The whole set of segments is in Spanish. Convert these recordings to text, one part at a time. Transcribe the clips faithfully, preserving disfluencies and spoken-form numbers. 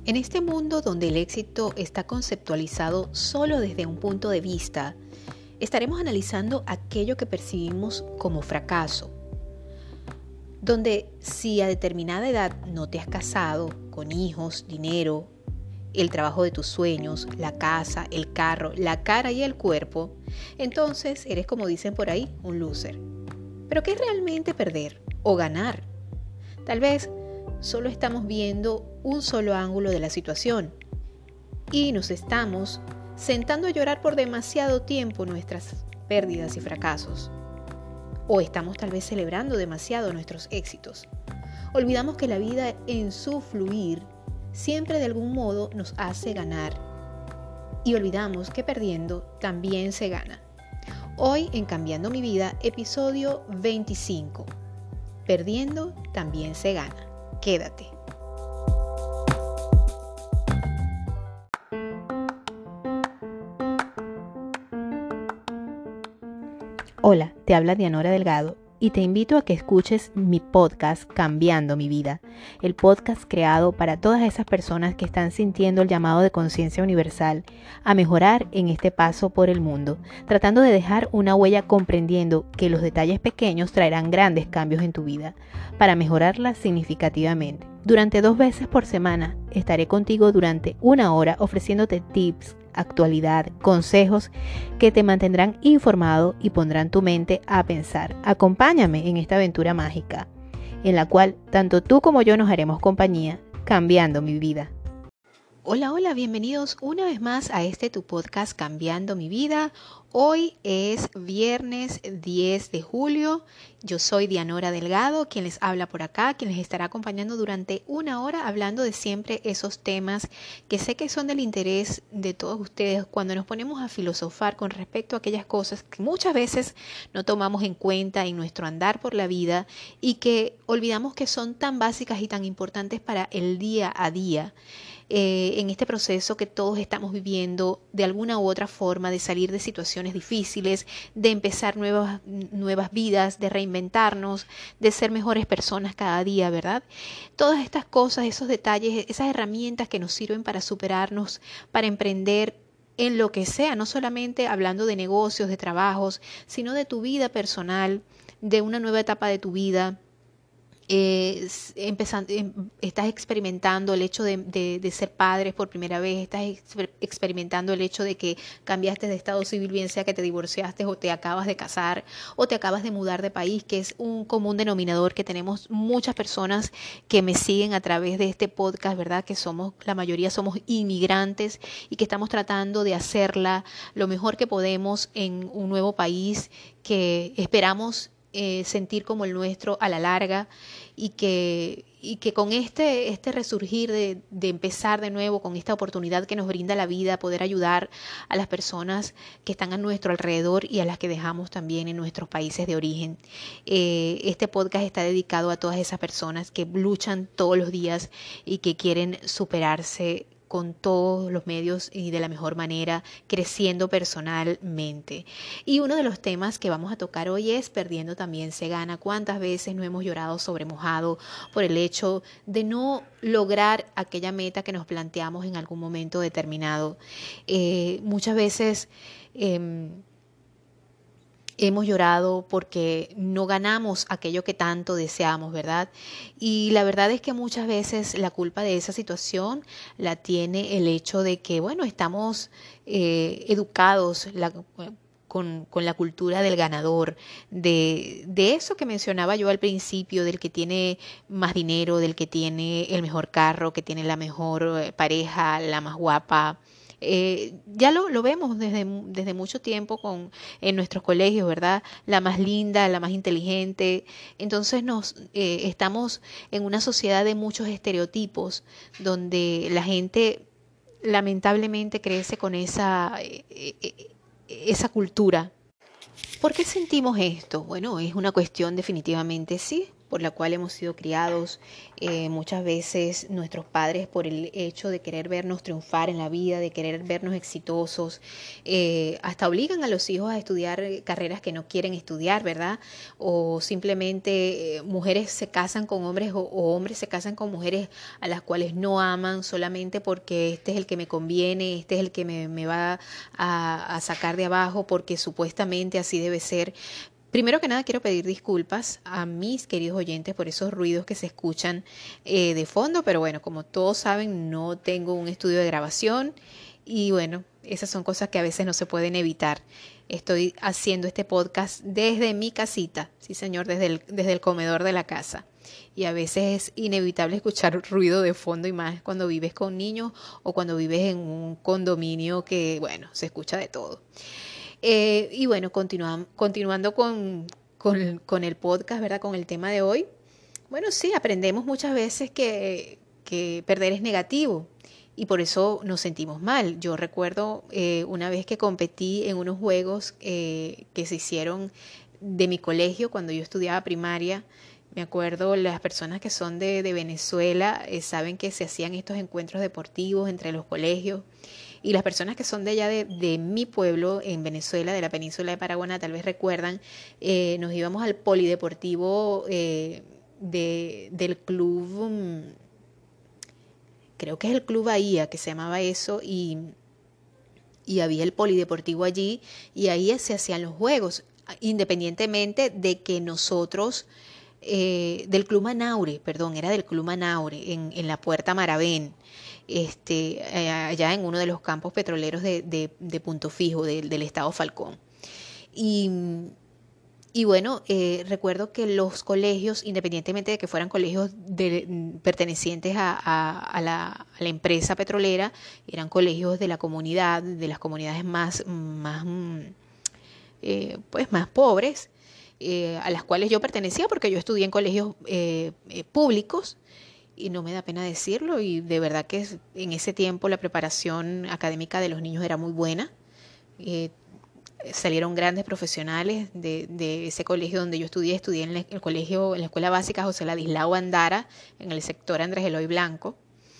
En este mundo donde el éxito está conceptualizado solo desde un punto de vista, estaremos analizando aquello que percibimos como fracaso, donde si a determinada edad no te has casado, con hijos, dinero, el trabajo de tus sueños, la casa, el carro, la cara y el cuerpo, entonces eres, como dicen por ahí, un loser. ¿Pero qué es realmente perder o ganar? Tal vez solo estamos viendo un solo ángulo de la situación y nos estamos sentando a llorar por demasiado tiempo nuestras pérdidas y fracasos. O estamos tal vez celebrando demasiado nuestros éxitos. Olvidamos que la vida en su fluir siempre de algún modo nos hace ganar. Y olvidamos que perdiendo también se gana. Hoy en Cambiando mi vida, episodio veinticinco. Perdiendo también se gana. Quédate. Hola, te habla Dianora Delgado y te invito a que escuches mi podcast Cambiando mi vida, el podcast creado para todas esas personas que están sintiendo el llamado de conciencia universal a mejorar en este paso por el mundo, tratando de dejar una huella comprendiendo que los detalles pequeños traerán grandes cambios en tu vida para mejorarla significativamente. Durante dos veces por semana estaré contigo durante una hora ofreciéndote tips, actualidad, consejos que te mantendrán informado y pondrán tu mente a pensar. Acompáñame en esta aventura mágica, en la cual tanto tú como yo nos haremos compañía, cambiando mi vida. Hola, hola, bienvenidos una vez más a este tu podcast Cambiando mi vida. Hoy es viernes diez de julio. Yo soy Dianora Delgado, quien les habla por acá, quien les estará acompañando durante una hora hablando de siempre esos temas que sé que son del interés de todos ustedes cuando nos ponemos a filosofar con respecto a aquellas cosas que muchas veces no tomamos en cuenta en nuestro andar por la vida y que olvidamos que son tan básicas y tan importantes para el día a día. Eh, en este proceso que todos estamos viviendo de alguna u otra forma de salir de situaciones difíciles, de empezar nuevas, nuevas vidas, de reinventarnos, de ser mejores personas cada día, ¿verdad? Todas estas cosas, esos detalles, esas herramientas que nos sirven para superarnos, para emprender en lo que sea, no solamente hablando de negocios, de trabajos, sino de tu vida personal, de una nueva etapa de tu vida. Eh, empezando, eh, estás experimentando el hecho de, de, de ser padres por primera vez, estás exper- experimentando el hecho de que cambiaste de estado civil, bien sea que te divorciaste o te acabas de casar o te acabas de mudar de país, que es un común denominador que tenemos muchas personas que me siguen a través de este podcast, ¿verdad? Que somos, la mayoría somos inmigrantes y que estamos tratando de hacerla lo mejor que podemos en un nuevo país que esperamos Eh, sentir como el nuestro a la larga y que, y que con este, este resurgir de, de empezar de nuevo, con esta oportunidad que nos brinda la vida, poder ayudar a las personas que están a nuestro alrededor y a las que dejamos también en nuestros países de origen. Eh, este podcast está dedicado a todas esas personas que luchan todos los días y que quieren superarse con todos los medios y de la mejor manera, creciendo personalmente. Y uno de los temas que vamos a tocar hoy es perdiendo también se gana. ¿Cuántas veces no hemos llorado sobre mojado por el hecho de no lograr aquella meta que nos planteamos en algún momento determinado? Eh, muchas veces eh, hemos llorado porque no ganamos aquello que tanto deseamos, ¿verdad? Y la verdad es que muchas veces la culpa de esa situación la tiene el hecho de que, bueno, estamos eh, educados la, con, con la cultura del ganador, de, de eso que mencionaba yo al principio, del que tiene más dinero, del que tiene el mejor carro, que tiene la mejor pareja, la más guapa. Eh, ya lo, lo vemos desde, desde mucho tiempo con, en nuestros colegios, ¿verdad? La más linda, la más inteligente. Entonces nos eh, estamos en una sociedad de muchos estereotipos donde la gente lamentablemente crece con esa, eh, eh, esa cultura. ¿Por qué sentimos esto? Bueno, es una cuestión definitivamente, sí, por la cual hemos sido criados. Eh, muchas veces nuestros padres, por el hecho de querer vernos triunfar en la vida, de querer vernos exitosos, eh, hasta obligan a los hijos a estudiar carreras que no quieren estudiar, ¿verdad? O simplemente eh, mujeres se casan con hombres o, o hombres se casan con mujeres a las cuales no aman solamente porque este es el que me conviene, este es el que me, me va a, a sacar de abajo porque supuestamente así debe ser. Primero que nada quiero pedir disculpas a mis queridos oyentes por esos ruidos que se escuchan eh, de fondo, pero bueno, como todos saben, no tengo un estudio de grabación y bueno, esas son cosas que a veces no se pueden evitar. Estoy haciendo este podcast desde mi casita, sí señor, desde el, desde el comedor de la casa. Y a veces es inevitable escuchar ruido de fondo y más cuando vives con niños o cuando vives en un condominio que, bueno, se escucha de todo. Eh, y bueno, continua, continuando con, con, con el podcast, ¿verdad? Con el tema de hoy. Bueno, sí, aprendemos muchas veces que, que perder es negativo y por eso nos sentimos mal. Yo recuerdo eh, una vez que competí en unos juegos eh, que se hicieron de mi colegio cuando yo estudiaba primaria. Me acuerdo, las personas que son de, de Venezuela eh, saben que se hacían estos encuentros deportivos entre los colegios. Y las personas que son de allá de, de mi pueblo, en Venezuela, de la península de Paraguaná, tal vez recuerdan, eh, nos íbamos al polideportivo eh, de, del club, um, creo que es el Club Bahía, que se llamaba eso, y, y había el polideportivo allí, y ahí se hacían los juegos, independientemente de que nosotros, eh, del Club Manaure, perdón, era del Club Manaure, en, en la Puerta Maravén. Este, allá en uno de los campos petroleros de, de, de Punto Fijo, de, del estado Falcón. Y, y bueno, eh, recuerdo que los colegios, independientemente de que fueran colegios de, pertenecientes a, a, a, la, a la empresa petrolera, eran colegios de la comunidad, de las comunidades más, más, eh, pues más pobres, eh, a las cuales yo pertenecía porque yo estudié en colegios eh, eh, públicos. Y no me da pena decirlo, y de verdad que en ese tiempo la preparación académica de los niños era muy buena. Eh, salieron grandes profesionales de, de ese colegio donde yo estudié. Estudié en el colegio, en la escuela básica José Ladislao Andara, en el sector Andrés Eloy Blanco.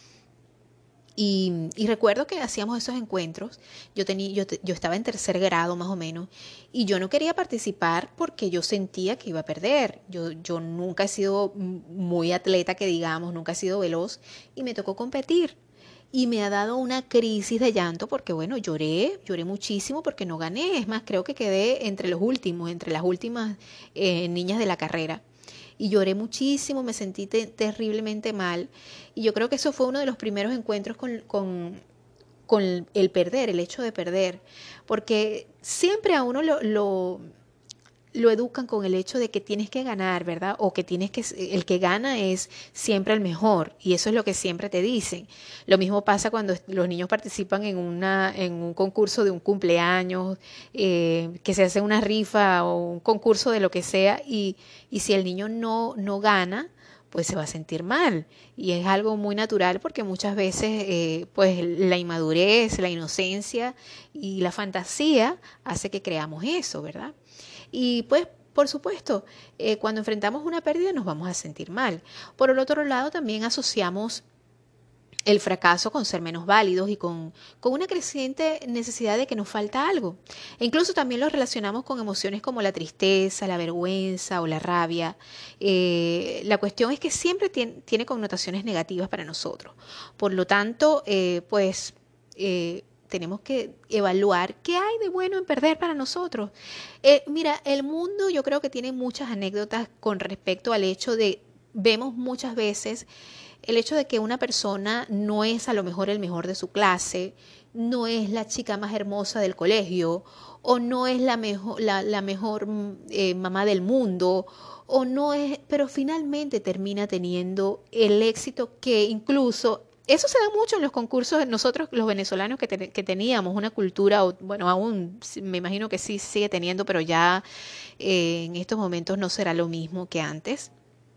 Y, y recuerdo que hacíamos esos encuentros. Yo, tenía, yo, yo estaba en tercer grado más o menos y yo no quería participar porque yo sentía que iba a perder. Yo, yo nunca he sido muy atleta, que digamos, nunca he sido veloz y me tocó competir. Y me ha dado una crisis de llanto porque, bueno, lloré, lloré muchísimo porque no gané. Es más, creo que quedé entre los últimos, entre las últimas eh, niñas de la carrera. Y lloré muchísimo, me sentí te terriblemente mal. Y yo creo que eso fue uno de los primeros encuentros con, con, con el perder, el hecho de perder. Porque siempre a uno lo, lo, lo educan con el hecho de que tienes que ganar, ¿verdad? O que tienes que, el que gana es siempre el mejor. Y eso es lo que siempre te dicen. Lo mismo pasa cuando los niños participan en, una, en un concurso de un cumpleaños, eh, que se hace una rifa o un concurso de lo que sea. Y, y si el niño no, no gana, pues se va a sentir mal. Y es algo muy natural porque muchas veces eh, pues la inmadurez, la inocencia y la fantasía hace que creamos eso, ¿verdad? Y pues, por supuesto, eh, cuando enfrentamos una pérdida nos vamos a sentir mal. Por el otro lado, también asociamos el fracaso con ser menos válidos y con, con una creciente necesidad de que nos falta algo. E incluso también lo relacionamos con emociones como la tristeza, la vergüenza o la rabia. Eh, la cuestión es que siempre tiene, tiene connotaciones negativas para nosotros. Por lo tanto, eh, pues... Eh, tenemos que evaluar qué hay de bueno en perder para nosotros. Eh, mira, el mundo yo creo que tiene muchas anécdotas con respecto al hecho de, vemos muchas veces el hecho de que una persona no es a lo mejor el mejor de su clase, no es la chica más hermosa del colegio, o no es la mejor, la, la mejor eh, mamá del mundo, o no es, pero finalmente termina teniendo el éxito que incluso... Eso se da mucho en los concursos de nosotros, los venezolanos, que, te, que teníamos una cultura, o, bueno, aún me imagino que sí sigue teniendo, pero ya eh, en estos momentos no será lo mismo que antes.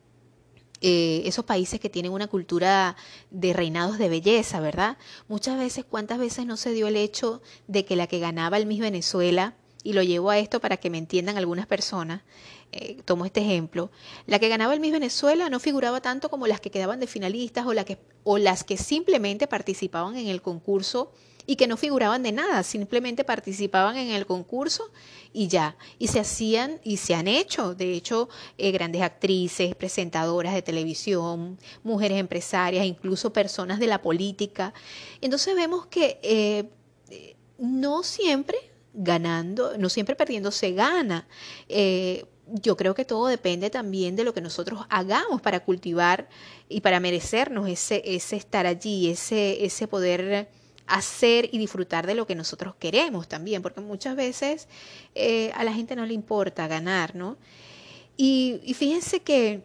Eh, esos países que tienen una cultura de reinados de belleza, ¿verdad? Muchas veces, ¿cuántas veces no se dio el hecho de que la que ganaba el Miss Venezuela, y lo llevo a esto para que me entiendan algunas personas, eh, tomo este ejemplo, la que ganaba el Miss Venezuela no figuraba tanto como las que quedaban de finalistas o, la que, o las que simplemente participaban en el concurso y que no figuraban de nada, simplemente participaban en el concurso y ya, y se hacían y se han hecho, de hecho, eh, grandes actrices, presentadoras de televisión, mujeres empresarias, incluso personas de la política. Entonces vemos que eh, no siempre ganando, no siempre perdiendo se gana. Eh, yo creo que todo depende también de lo que nosotros hagamos para cultivar y para merecernos ese, ese estar allí, ese, ese poder hacer y disfrutar de lo que nosotros queremos también, porque muchas veces eh, a la gente no le importa ganar, ¿no? Y, y fíjense que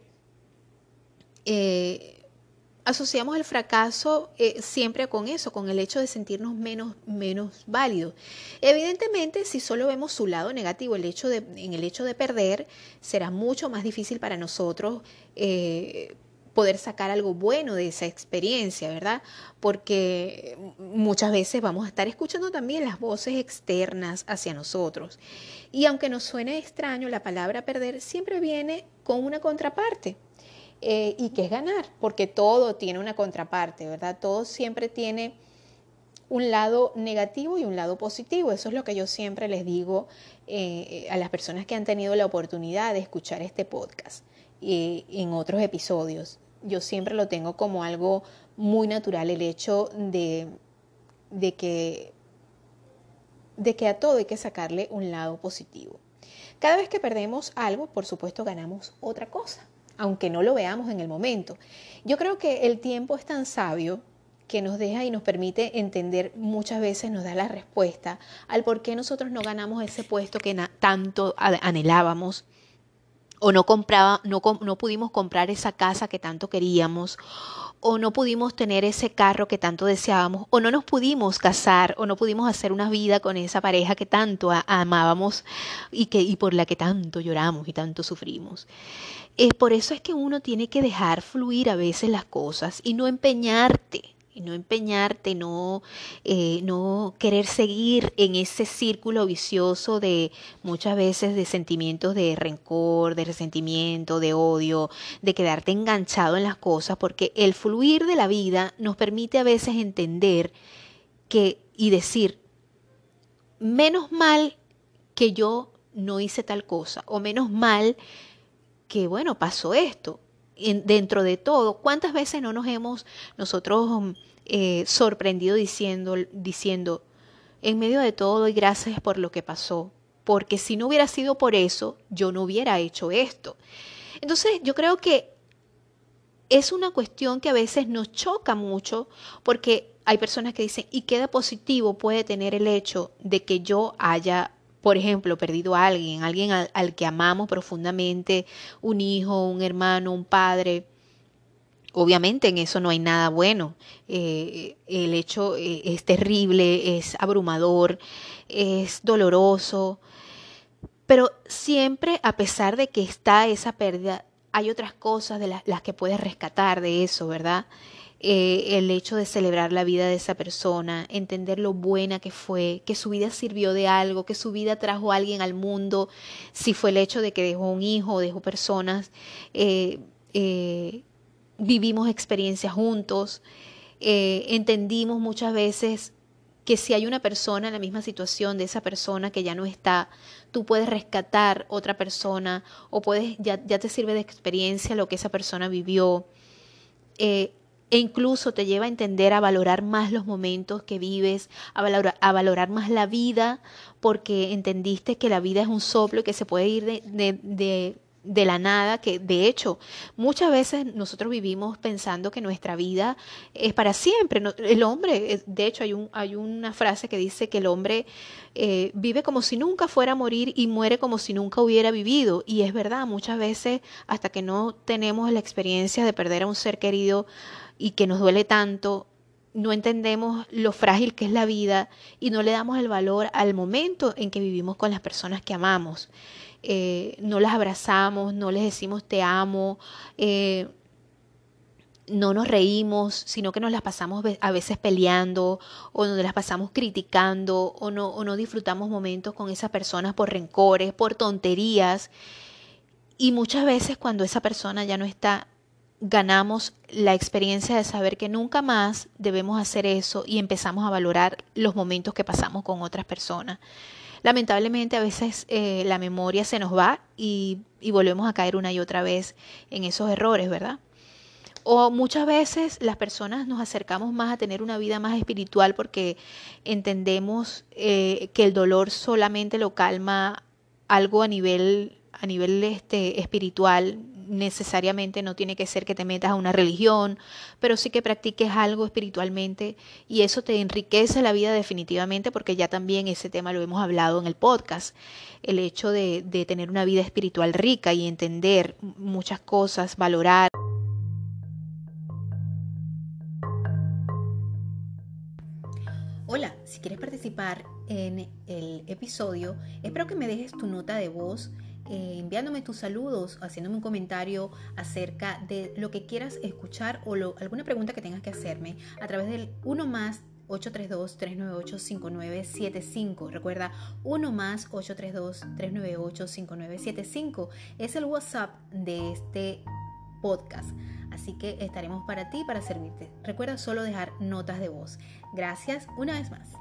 eh, asociamos el fracaso eh, siempre con eso, con el hecho de sentirnos menos, menos válidos. Evidentemente, si solo vemos su lado negativo, el hecho de, en el hecho de perder, será mucho más difícil para nosotros eh, poder sacar algo bueno de esa experiencia, ¿verdad? Porque muchas veces vamos a estar escuchando también las voces externas hacia nosotros. Y aunque nos suene extraño, la palabra perder siempre viene con una contraparte. Eh, y que es ganar, porque todo tiene una contraparte, ¿verdad? Todo siempre tiene un lado negativo y un lado positivo. Eso es lo que yo siempre les digo eh, a las personas que han tenido la oportunidad de escuchar este podcast eh, en otros episodios. Yo siempre lo tengo como algo muy natural, el hecho de, de, que, de que a todo hay que sacarle un lado positivo. Cada vez que perdemos algo, por supuesto, ganamos otra cosa, aunque no lo veamos en el momento. Yo creo que el tiempo es tan sabio que nos deja y nos permite entender, muchas veces nos da la respuesta al por qué nosotros no ganamos ese puesto que tanto anhelábamos, o no, compraba, no, no pudimos comprar esa casa que tanto queríamos, o no pudimos tener ese carro que tanto deseábamos, o no nos pudimos casar, o no pudimos hacer una vida con esa pareja que tanto a, amábamos y, que, y por la que tanto lloramos y tanto sufrimos. Eh, por eso es que uno tiene que dejar fluir a veces las cosas y no empeñarte, y no empeñarte, no, eh, no querer seguir en ese círculo vicioso de muchas veces de sentimientos de rencor, de resentimiento, de odio, de quedarte enganchado en las cosas, porque el fluir de la vida nos permite a veces entender que y decir, menos mal que yo no hice tal cosa, o menos mal que, bueno, pasó esto. En, dentro de todo, ¿cuántas veces no nos hemos nosotros eh, sorprendido diciendo, diciendo, en medio de todo doy gracias por lo que pasó, porque si no hubiera sido por eso, yo no hubiera hecho esto? Entonces, yo creo que es una cuestión que a veces nos choca mucho, porque hay personas que dicen, ¿y qué de positivo puede tener el hecho de que yo haya, por ejemplo, perdido a alguien, alguien al, al que amamos profundamente, un hijo, un hermano, un padre? Obviamente en eso no hay nada bueno. Eh, el hecho eh, es terrible, es abrumador, es doloroso, pero siempre, a pesar de que está esa pérdida, hay otras cosas de las, las que puedes rescatar de eso, ¿verdad? Eh, el hecho de celebrar la vida de esa persona, entender lo buena que fue, que su vida sirvió de algo, que su vida trajo a alguien al mundo, si fue el hecho de que dejó un hijo, dejó personas, eh, eh, vivimos experiencias juntos, eh, entendimos muchas veces que si hay una persona en la misma situación de esa persona que ya no está, tú puedes rescatar otra persona o puedes ya, ya te sirve de experiencia lo que esa persona vivió. Eh, E incluso te lleva a entender, a valorar más los momentos que vives, a valorar, a valorar más la vida, porque entendiste que la vida es un soplo y que se puede ir de, de, de, de la nada, que de hecho muchas veces nosotros vivimos pensando que nuestra vida es para siempre. No, el hombre, de hecho hay, un, hay una frase que dice que el hombre eh, vive como si nunca fuera a morir y muere como si nunca hubiera vivido. Y es verdad, muchas veces hasta que no tenemos la experiencia de perder a un ser querido, y que nos duele tanto, no entendemos lo frágil que es la vida y no le damos el valor al momento en que vivimos con las personas que amamos. Eh, no las abrazamos, no les decimos te amo, eh, no nos reímos, sino que nos las pasamos a veces peleando o nos las pasamos criticando o no, o no disfrutamos momentos con esas personas por rencores, por tonterías. Y muchas veces cuando esa persona ya no está, ganamos la experiencia de saber que nunca más debemos hacer eso y empezamos a valorar los momentos que pasamos con otras personas. Lamentablemente a veces eh, la memoria se nos va y, y volvemos a caer una y otra vez en esos errores, ¿verdad? O muchas veces las personas nos acercamos más a tener una vida más espiritual porque entendemos eh, que el dolor solamente lo calma algo a nivel, a nivel este, espiritual. Necesariamente no tiene que ser que te metas a una religión, pero sí que practiques algo espiritualmente y eso te enriquece la vida definitivamente, porque ya también ese tema lo hemos hablado en el podcast. El hecho de, de tener una vida espiritual rica y entender muchas cosas, valorar. Hola, si quieres participar en el episodio, espero que me dejes tu nota de voz eh, enviándome tus saludos, haciéndome un comentario acerca de lo que quieras escuchar o lo, alguna pregunta que tengas que hacerme a través del uno más ocho tres dos, tres nueve ocho, cinco nueve siete cinco. Recuerda, uno más ocho tres dos, tres nueve ocho, cinco nueve siete cinco es el WhatsApp de este podcast. Así que estaremos para ti, para servirte. Recuerda solo dejar notas de voz. Gracias una vez más.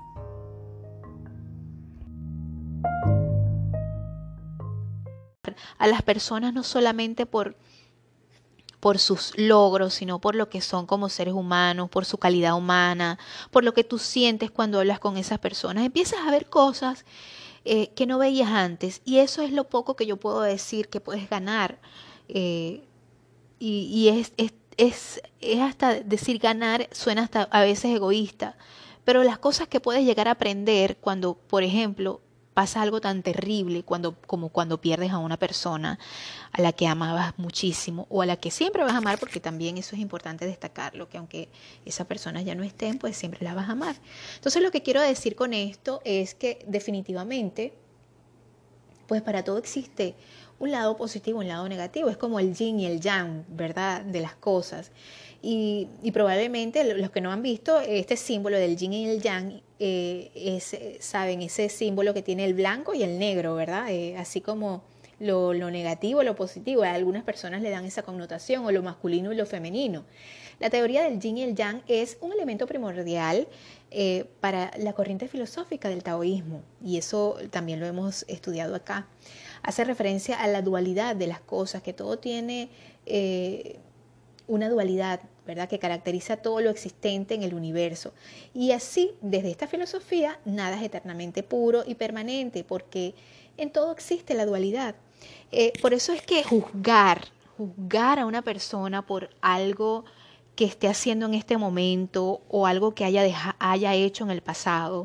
A las personas no solamente por, por sus logros, sino por lo que son como seres humanos, por su calidad humana, por lo que tú sientes cuando hablas con esas personas. Empiezas a ver cosas eh, que no veías antes, y eso es lo poco que yo puedo decir que puedes ganar. Eh, y, y es, es, es, es hasta decir ganar, suena hasta a veces egoísta, pero las cosas que puedes llegar a aprender cuando, por ejemplo, pasa algo tan terrible cuando, como cuando pierdes a una persona a la que amabas muchísimo o a la que siempre vas a amar, porque también eso es importante destacarlo, que aunque esas personas ya no estén, pues siempre las vas a amar. Entonces lo que quiero decir con esto es que definitivamente, pues para todo existe un lado positivo, un lado negativo. Es como el yin y el yang, ¿verdad? De las cosas. Y, y probablemente los que no han visto este símbolo del yin y el yang, eh, es, saben, ese símbolo que tiene el blanco y el negro, ¿verdad? Eh, así como lo, lo negativo, lo positivo. A algunas personas le dan esa connotación, o lo masculino y lo femenino. La teoría del yin y el yang es un elemento primordial eh, para la corriente filosófica del taoísmo, y eso también lo hemos estudiado acá. Hace referencia a la dualidad de las cosas, que todo tiene eh, una dualidad, ¿verdad?, que caracteriza todo lo existente en el universo. Y así, desde esta filosofía, nada es eternamente puro y permanente, porque en todo existe la dualidad. Eh, por eso es que juzgar, juzgar a una persona por algo que esté haciendo en este momento o algo que haya, deja, haya hecho en el pasado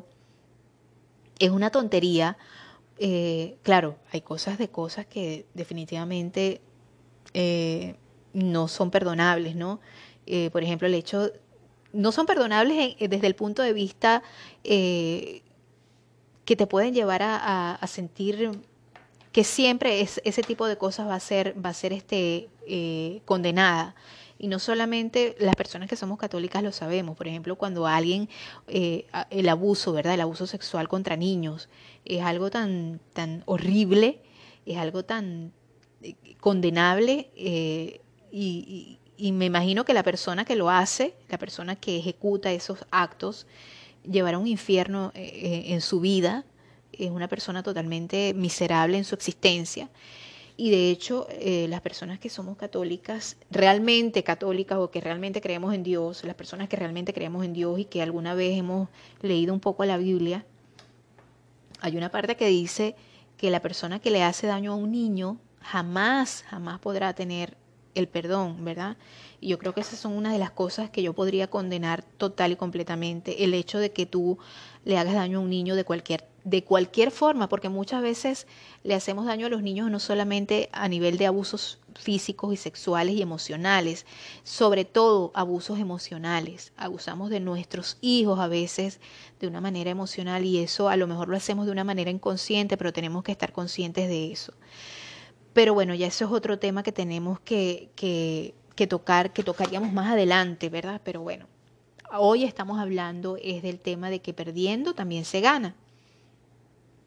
es una tontería. Eh, claro, hay cosas de cosas que definitivamente eh, no son perdonables, ¿no? Eh, por ejemplo, el hecho, no son perdonables en, desde el punto de vista eh, que te pueden llevar a, a, a sentir que siempre es, ese tipo de cosas va a ser, va a ser este, eh, condenada. Y no solamente las personas que somos católicas lo sabemos. Por ejemplo, cuando alguien, eh, el abuso, ¿verdad? El abuso sexual contra niños es algo tan, tan horrible, es algo tan eh, condenable, eh, y, y, y me imagino que la persona que lo hace, la persona que ejecuta esos actos, llevará un infierno eh, en su vida. Es una persona totalmente miserable en su existencia. Y de hecho, eh, las personas que somos católicas, realmente católicas, o que realmente creemos en Dios, las personas que realmente creemos en Dios y que alguna vez hemos leído un poco la Biblia, hay una parte que dice que la persona que le hace daño a un niño jamás, jamás podrá tener el perdón, ¿verdad? Y yo creo que esas son una de las cosas que yo podría condenar total y completamente, el hecho de que tú le hagas daño a un niño de cualquier de cualquier forma, porque muchas veces le hacemos daño a los niños no solamente a nivel de abusos físicos y sexuales y emocionales, sobre todo abusos emocionales. Abusamos de nuestros hijos a veces de una manera emocional, y eso a lo mejor lo hacemos de una manera inconsciente, pero tenemos que estar conscientes de eso. Pero bueno, ya eso es otro tema que tenemos que, que, que tocar, que tocaríamos más adelante, ¿verdad? Pero bueno, hoy estamos hablando es del tema de que perdiendo también se gana.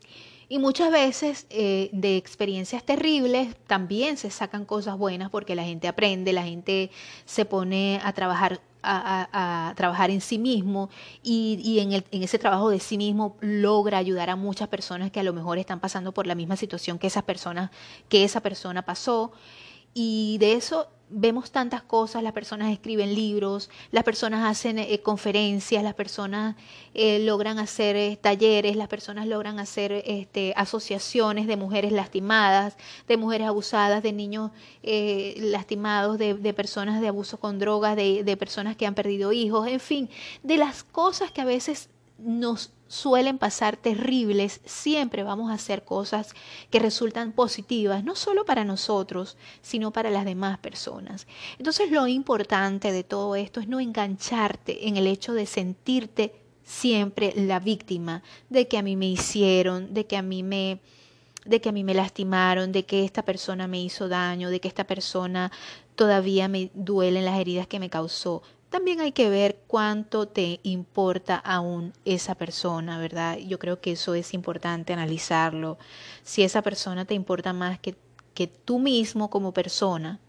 Y muchas veces eh, de experiencias terribles también se sacan cosas buenas porque la gente aprende, la gente se pone a trabajar, a, a- a trabajar en sí mismo y, y en, el- en ese trabajo de sí mismo logra ayudar a muchas personas que a lo mejor están pasando por la misma situación que esas personas, que esa persona pasó. Y de eso vemos tantas cosas, las personas escriben libros, las personas hacen eh, conferencias, las personas eh, logran hacer eh, talleres, las personas logran hacer este, asociaciones de mujeres lastimadas, de mujeres abusadas, de niños eh, lastimados, de, de personas de abuso con drogas, de, de personas que han perdido hijos, en fin, de las cosas que a veces nos suelen pasar terribles, siempre vamos a hacer cosas que resultan positivas, no solo para nosotros, sino para las demás personas. Entonces lo importante de todo esto es no engancharte en el hecho de sentirte siempre la víctima de que a mí me hicieron, de que a mí me de que a mí me lastimaron, de que esta persona me hizo daño, de que esta persona todavía me duelen las heridas que me causó. También hay que ver cuánto te importa aún esa persona, ¿verdad? Yo creo que eso es importante analizarlo. Si esa persona te importa más que, que tú mismo como persona,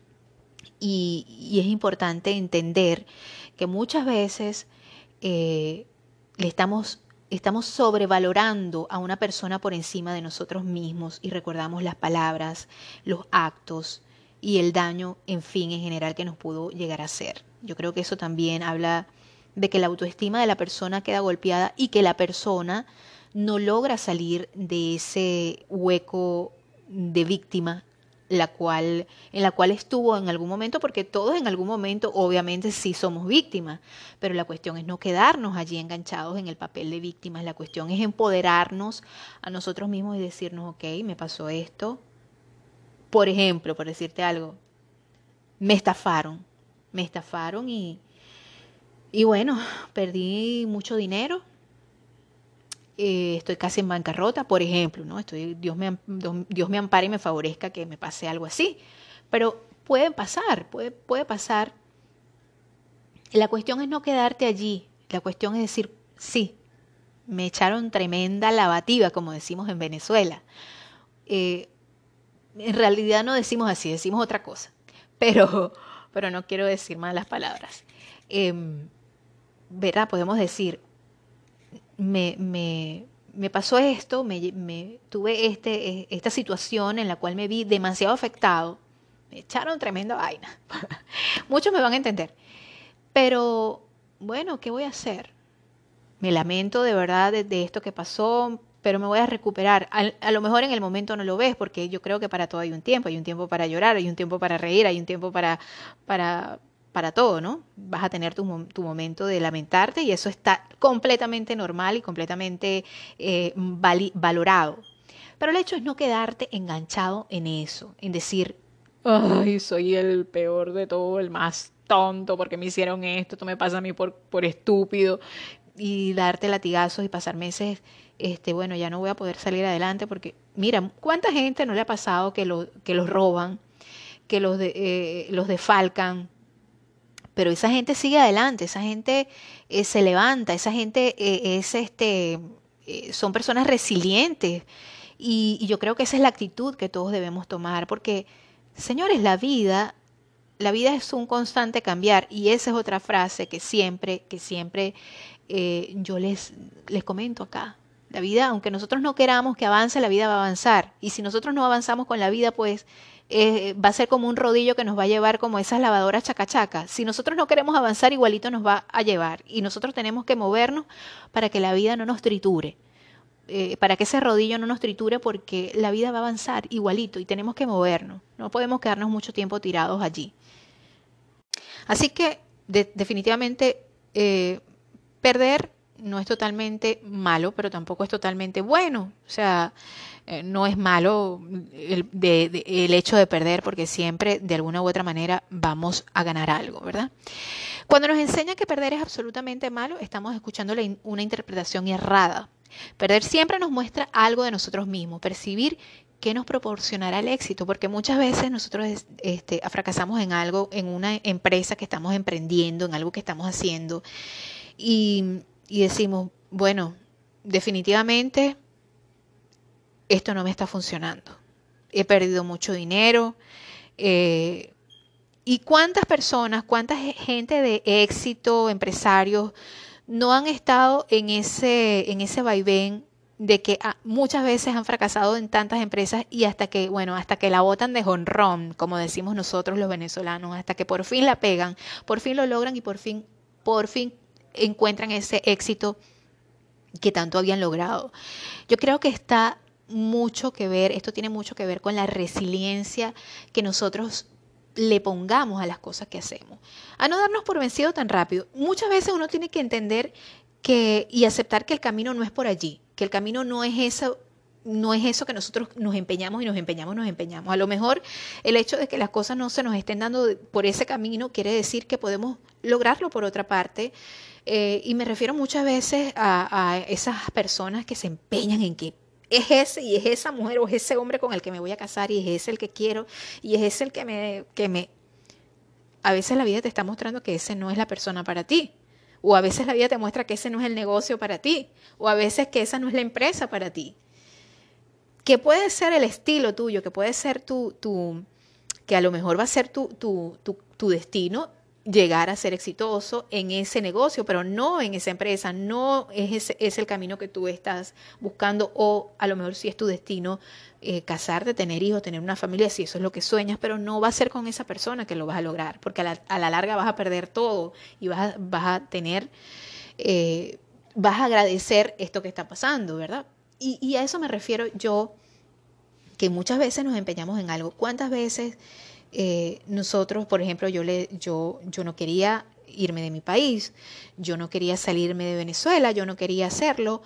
y, y es importante entender que muchas veces eh, le estamos, estamos sobrevalorando a una persona por encima de nosotros mismos y recordamos las palabras, los actos y el daño, en fin, en general que nos pudo llegar a hacer. Yo creo que eso también habla de que la autoestima de la persona queda golpeada y que la persona no logra salir de ese hueco de víctima la cual, en la cual estuvo en algún momento, porque todos en algún momento obviamente sí somos víctimas, pero la cuestión es no quedarnos allí enganchados en el papel de víctimas, la cuestión es empoderarnos a nosotros mismos y decirnos, ok, me pasó esto, por ejemplo, por decirte algo, me estafaron, me estafaron y, y bueno, perdí mucho dinero, eh, estoy casi en bancarrota, por ejemplo, ¿no? Estoy, Dios me, Dios me ampare y me favorezca que me pase algo así. Pero puede pasar, puede, puede pasar. La cuestión es no quedarte allí. La cuestión es decir, sí, me echaron tremenda lavativa, como decimos en Venezuela. Eh, en realidad no decimos así, decimos otra cosa. Pero, pero no quiero decir malas palabras. Eh, ¿Verdad? Podemos decir, me, me, me pasó esto, me, me tuve este, esta situación en la cual me vi demasiado afectado. Me echaron tremenda vaina. Muchos me van a entender. Pero, bueno, ¿qué voy a hacer? Me lamento de verdad de, de esto que pasó, pero me voy a recuperar. A, a lo mejor en el momento no lo ves, porque yo creo que para todo hay un tiempo. Hay un tiempo para llorar, hay un tiempo para reír, hay un tiempo para, para, para todo, ¿no? Vas a tener tu, tu momento de lamentarte y eso está completamente normal y completamente eh, vali, valorado. Pero el hecho es no quedarte enganchado en eso, en decir, ay, soy el peor de todo, el más tonto, porque me hicieron esto, esto me pasa a mí por, por estúpido, y darte latigazos y pasar meses, este, bueno, ya no voy a poder salir adelante porque, mira, ¿cuánta gente no le ha pasado que, lo, que los roban, que los, de, eh, los defalcan? Pero esa gente sigue adelante, esa gente eh, se levanta, esa gente eh, es, este, eh, son personas resilientes. Y, y yo creo que esa es la actitud que todos debemos tomar, porque, señores, la vida la vida es un constante cambiar y esa es otra frase que siempre, que siempre eh, yo les, les comento acá. La vida, aunque nosotros no queramos que avance, la vida va a avanzar. Y si nosotros no avanzamos con la vida, pues eh, va a ser como un rodillo que nos va a llevar como esas lavadoras chacachaca. Si nosotros no queremos avanzar, igualito nos va a llevar. Y nosotros tenemos que movernos para que la vida no nos triture. Eh, para que ese rodillo no nos triture porque la vida va a avanzar igualito y tenemos que movernos. No podemos quedarnos mucho tiempo tirados allí. Así que de, definitivamente eh, perder no es totalmente malo, pero tampoco es totalmente bueno. O sea, eh, no es malo el, de, de, el hecho de perder porque siempre de alguna u otra manera vamos a ganar algo, ¿verdad? Cuando nos enseñan que perder es absolutamente malo, estamos escuchando la, una interpretación errada. Perder siempre nos muestra algo de nosotros mismos, percibir qué nos proporcionará el éxito, porque muchas veces nosotros este, fracasamos en algo, en una empresa que estamos emprendiendo, en algo que estamos haciendo, y, y decimos, bueno, definitivamente esto no me está funcionando. He perdido mucho dinero. Eh, ¿Y cuántas personas, cuánta gente de éxito, empresarios, no han estado en ese, en ese vaivén de que ah, muchas veces han fracasado en tantas empresas y hasta que, bueno, hasta que la botan de jonrón, como decimos nosotros los venezolanos, hasta que por fin la pegan, por fin lo logran y por fin, por fin encuentran ese éxito que tanto habían logrado? Yo creo que está mucho que ver, esto tiene mucho que ver con la resiliencia que nosotros le pongamos a las cosas que hacemos, a no darnos por vencido tan rápido. Muchas veces uno tiene que entender que y aceptar que el camino no es por allí, que el camino no es eso, no es eso que nosotros nos empeñamos y nos empeñamos, nos empeñamos. A lo mejor el hecho de que las cosas no se nos estén dando por ese camino quiere decir que podemos lograrlo por otra parte. Eh, y me refiero muchas veces a, a esas personas que se empeñan en que es ese y es esa mujer o es ese hombre con el que me voy a casar y es ese el que quiero y es ese el que me, que me... A veces la vida te está mostrando que ese no es la persona para ti. O a veces la vida te muestra que ese no es el negocio para ti. O a veces que esa no es la empresa para ti. Que puede ser el estilo tuyo, que puede ser tu, tu que a lo mejor va a ser tu, tu, tu, tu destino, llegar a ser exitoso en ese negocio, pero no en esa empresa, no es, ese, es el camino que tú estás buscando, o a lo mejor sí es tu destino eh, casarte, tener hijos, tener una familia, si eso es lo que sueñas, pero no va a ser con esa persona que lo vas a lograr, porque a la, a la larga vas a perder todo y vas a, vas a tener, eh, vas a agradecer esto que está pasando, ¿verdad? Y, y a eso me refiero yo, que muchas veces nos empeñamos en algo. ¿Cuántas veces Eh, nosotros, por ejemplo, yo, le, yo, yo no quería irme de mi país, yo no quería salirme de Venezuela, yo no quería hacerlo,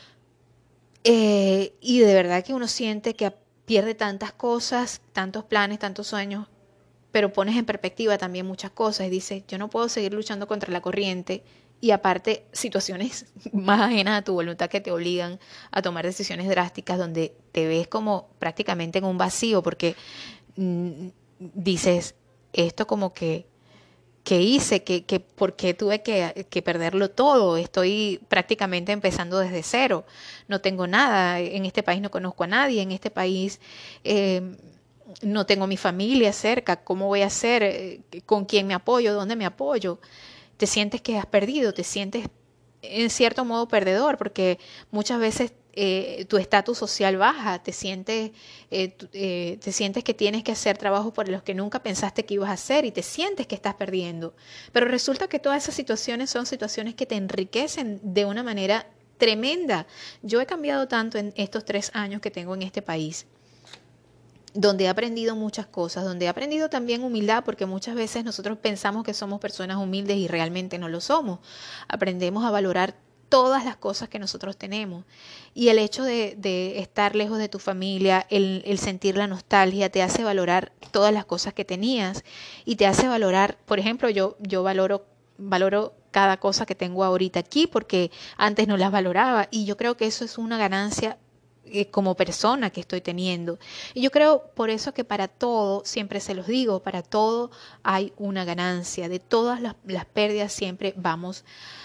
eh, y de verdad que uno siente que pierde tantas cosas, tantos planes, tantos sueños, pero pones en perspectiva también muchas cosas y dices, yo no puedo seguir luchando contra la corriente, y aparte situaciones más ajenas a tu voluntad que te obligan a tomar decisiones drásticas donde te ves como prácticamente en un vacío, porque mmm, dices, esto como que, que hice, que, que por qué tuve que, que perderlo todo, estoy prácticamente empezando desde cero, no tengo nada, en este país no conozco a nadie, en este país eh, no tengo mi familia cerca, ¿cómo voy a hacer? ¿Con quién me apoyo? ¿Dónde me apoyo? Te sientes que has perdido, te sientes en cierto modo perdedor, porque muchas veces Eh, tu estatus social baja, te sientes, eh, tu, eh, te sientes que tienes que hacer trabajos por los que nunca pensaste que ibas a hacer y te sientes que estás perdiendo. Pero resulta que todas esas situaciones son situaciones que te enriquecen de una manera tremenda. Yo he cambiado tanto en estos tres años que tengo en este país, donde he aprendido muchas cosas, donde he aprendido también humildad, porque muchas veces nosotros pensamos que somos personas humildes y realmente no lo somos. Aprendemos a valorar todas las cosas que nosotros tenemos, y el hecho de, de estar lejos de tu familia, el, el sentir la nostalgia te hace valorar todas las cosas que tenías y te hace valorar, por ejemplo, yo, yo valoro, valoro cada cosa que tengo ahorita aquí porque antes no las valoraba, y yo creo que eso es una ganancia eh, como persona que estoy teniendo. Y yo creo por eso que para todo, siempre se los digo, para todo hay una ganancia, de todas las, las pérdidas siempre vamos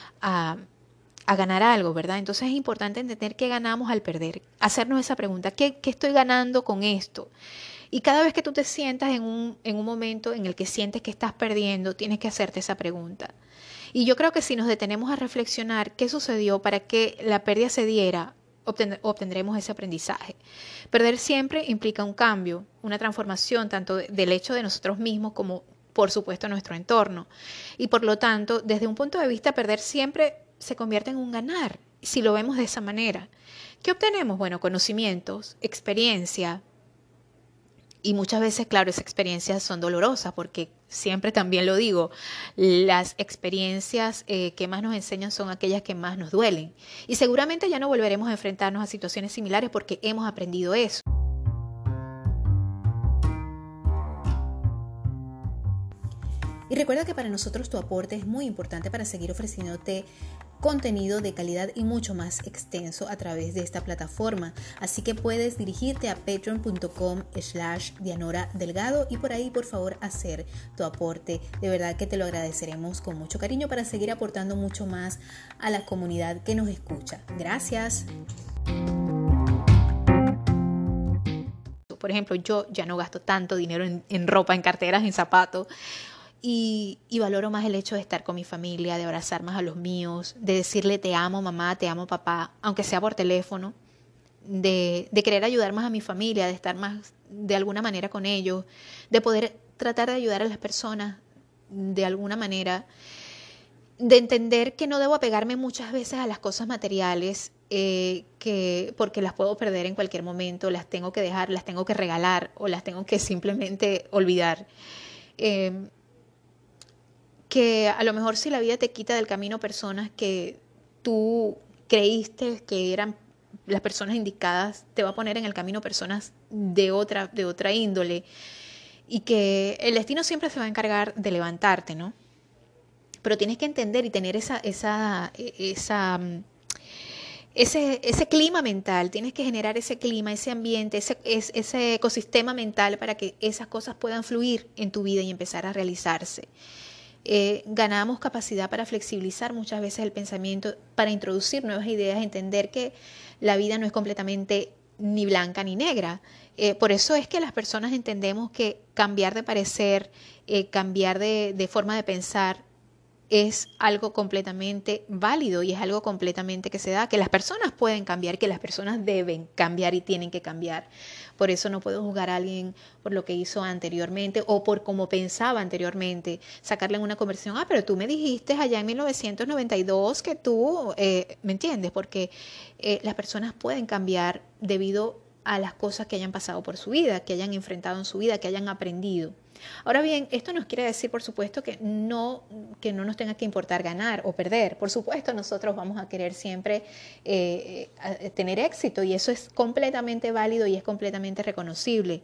a a ganar algo, ¿verdad? Entonces es importante entender qué ganamos al perder, hacernos esa pregunta, ¿qué, qué estoy ganando con esto? Y cada vez que tú te sientas en un, en un momento en el que sientes que estás perdiendo, tienes que hacerte esa pregunta. Y yo creo que si nos detenemos a reflexionar qué sucedió para que la pérdida se diera, obten- obtendremos ese aprendizaje. Perder siempre implica un cambio, una transformación, tanto de, del hecho de nosotros mismos como, por supuesto, nuestro entorno. Y por lo tanto, desde un punto de vista, perder siempre se convierte en un ganar, si lo vemos de esa manera. ¿Qué obtenemos? Bueno, conocimientos, experiencia, y muchas veces, claro, esas experiencias son dolorosas, porque siempre también lo digo, las experiencias eh, que más nos enseñan son aquellas que más nos duelen, y seguramente ya no volveremos a enfrentarnos a situaciones similares porque hemos aprendido eso. Y recuerda que para nosotros tu aporte es muy importante para seguir ofreciéndote contenido de calidad y mucho más extenso a través de esta plataforma. Así que puedes dirigirte a patreon.com slash Dianora Delgado y por ahí por favor hacer tu aporte. De verdad que te lo agradeceremos con mucho cariño para seguir aportando mucho más a la comunidad que nos escucha. Gracias. Por ejemplo, yo ya no gasto tanto dinero en, en ropa, en carteras, en zapatos. Y, y valoro más el hecho de estar con mi familia, de abrazar más a los míos, de decirle te amo mamá, te amo papá, aunque sea por teléfono, de, de querer ayudar más a mi familia, de estar más de alguna manera con ellos, de poder tratar de ayudar a las personas de alguna manera, de entender que no debo apegarme muchas veces a las cosas materiales, eh, que porque las puedo perder en cualquier momento, las tengo que dejar, las tengo que regalar o las tengo que simplemente olvidar. Eh, que a lo mejor si la vida te quita del camino personas que tú creíste que eran las personas indicadas, te va a poner en el camino personas de otra, de otra índole, y que el destino siempre se va a encargar de levantarte, ¿no? Pero tienes que entender y tener esa, esa, esa, ese, ese clima mental, tienes que generar ese clima, ese ambiente, ese, ese ecosistema mental para que esas cosas puedan fluir en tu vida y empezar a realizarse. Eh, ganamos capacidad para flexibilizar muchas veces el pensamiento, para introducir nuevas ideas, entender que la vida no es completamente ni blanca ni negra. Eh, por eso es que las personas entendemos que cambiar de parecer, eh, cambiar de, de forma de pensar es algo completamente válido y es algo completamente que se da, que las personas pueden cambiar, que las personas deben cambiar y tienen que cambiar. Por eso no puedo juzgar a alguien por lo que hizo anteriormente o por cómo pensaba anteriormente, sacarle en una conversación, ah, pero tú me dijiste allá en mil novecientos noventa y dos que tú, eh, ¿me entiendes? Porque eh, las personas pueden cambiar debido a las cosas que hayan pasado por su vida, que hayan enfrentado en su vida, que hayan aprendido. Ahora bien, esto nos quiere decir, por supuesto, que no, que no nos tenga que importar ganar o perder. Por supuesto, nosotros vamos a querer siempre eh, tener éxito, y eso es completamente válido y es completamente reconocible.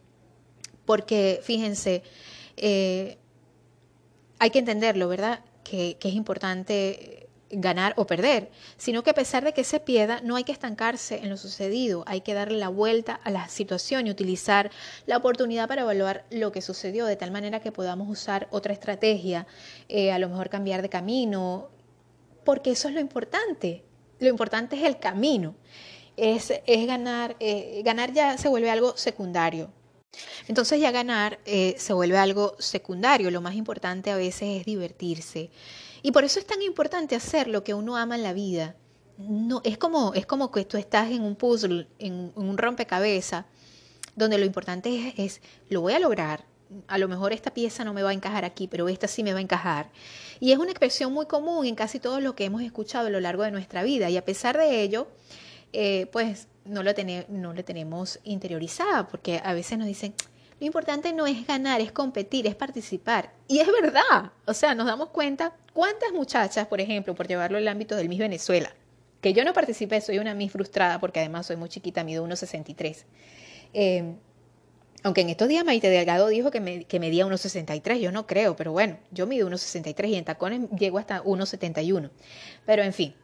Porque, fíjense, eh, hay que entenderlo, ¿verdad? Que, que es importante ganar o perder, sino que a pesar de que se pierda, no hay que estancarse en lo sucedido, hay que darle la vuelta a la situación y utilizar la oportunidad para evaluar lo que sucedió, de tal manera que podamos usar otra estrategia, eh, a lo mejor cambiar de camino, porque eso es lo importante. Lo importante es el camino, es, es ganar, eh, ganar ya se vuelve algo secundario. Entonces ya ganar eh, se vuelve algo secundario. Lo más importante a veces es divertirse. Y por eso es tan importante hacer lo que uno ama en la vida. No, es como, es como que tú estás en un puzzle, en, en un rompecabezas, donde lo importante es, es, lo voy a lograr. A lo mejor esta pieza no me va a encajar aquí, pero esta sí me va a encajar. Y es una expresión muy común en casi todo lo que hemos escuchado a lo largo de nuestra vida. Y a pesar de ello, eh, pues no lo, ten, no lo tenemos interiorizada, porque a veces nos dicen, lo importante no es ganar, es competir, es participar. Y es verdad, o sea, nos damos cuenta cuántas muchachas, por ejemplo, por llevarlo al ámbito del Miss Venezuela, que yo no participé, soy una Miss frustrada porque además soy muy chiquita, mido uno sesenta y tres. Eh, aunque en estos días Maite Delgado dijo que, me, que medía uno sesenta y tres, yo no creo, pero bueno, yo mido uno sesenta y tres y en tacones llego hasta uno setenta y uno. Pero en fin,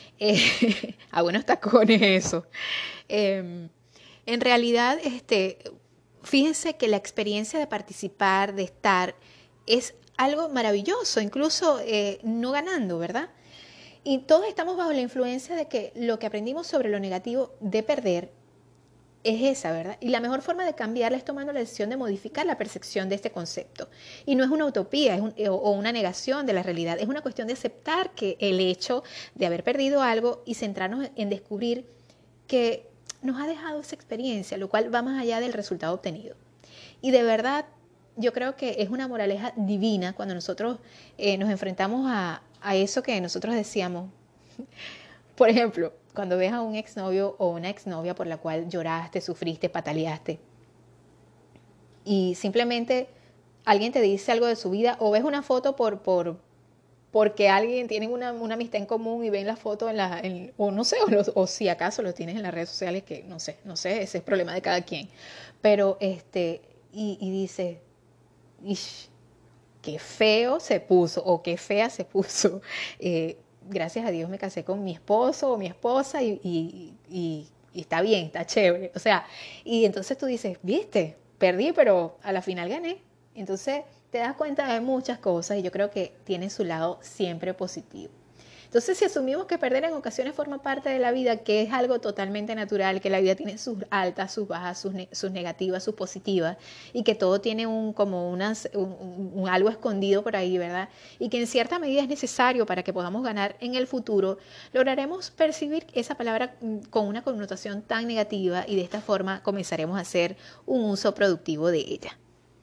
eh, a buenos tacones eso. Eh, en realidad, este, fíjense que la experiencia de participar, de estar, es algo maravilloso, incluso eh, no ganando, ¿verdad? Y todos estamos bajo la influencia de que lo que aprendimos sobre lo negativo de perder es esa, ¿verdad? Y la mejor forma de cambiarla es tomando la decisión de modificar la percepción de este concepto. Y no es una utopía es un, o una negación de la realidad, es una cuestión de aceptar que el hecho de haber perdido algo y centrarnos en descubrir que nos ha dejado esa experiencia, lo cual va más allá del resultado obtenido. Y de verdad, yo creo que es una moraleja divina cuando nosotros eh, nos enfrentamos a, a eso que nosotros decíamos. Por ejemplo, cuando ves a un exnovio o una exnovia por la cual lloraste, sufriste, pataleaste, y simplemente alguien te dice algo de su vida, o ves una foto por, por porque alguien tiene una, una amistad en común y ven la foto en la, en, o no sé, o, los, o si acaso lo tienes en las redes sociales, que no sé, no sé, ese es problema de cada quien. Pero este, y, y dices, ish, qué feo se puso, o qué fea se puso. Eh, gracias a Dios me casé con mi esposo o mi esposa y, y, y, y está bien, está chévere. O sea, y entonces tú dices, viste, perdí, pero a la final gané. Entonces te das cuenta de muchas cosas y yo creo que tiene su lado siempre positivo. Entonces, si asumimos que perder en ocasiones forma parte de la vida, que es algo totalmente natural, que la vida tiene sus altas, sus bajas, sus, ne- sus negativas, sus positivas, y que todo tiene un, como unas, un, un- un algo escondido por ahí, ¿verdad? Y que en cierta medida es necesario para que podamos ganar en el futuro, lograremos percibir esa palabra mm, con una connotación tan negativa y de esta forma comenzaremos a hacer un uso productivo de ella.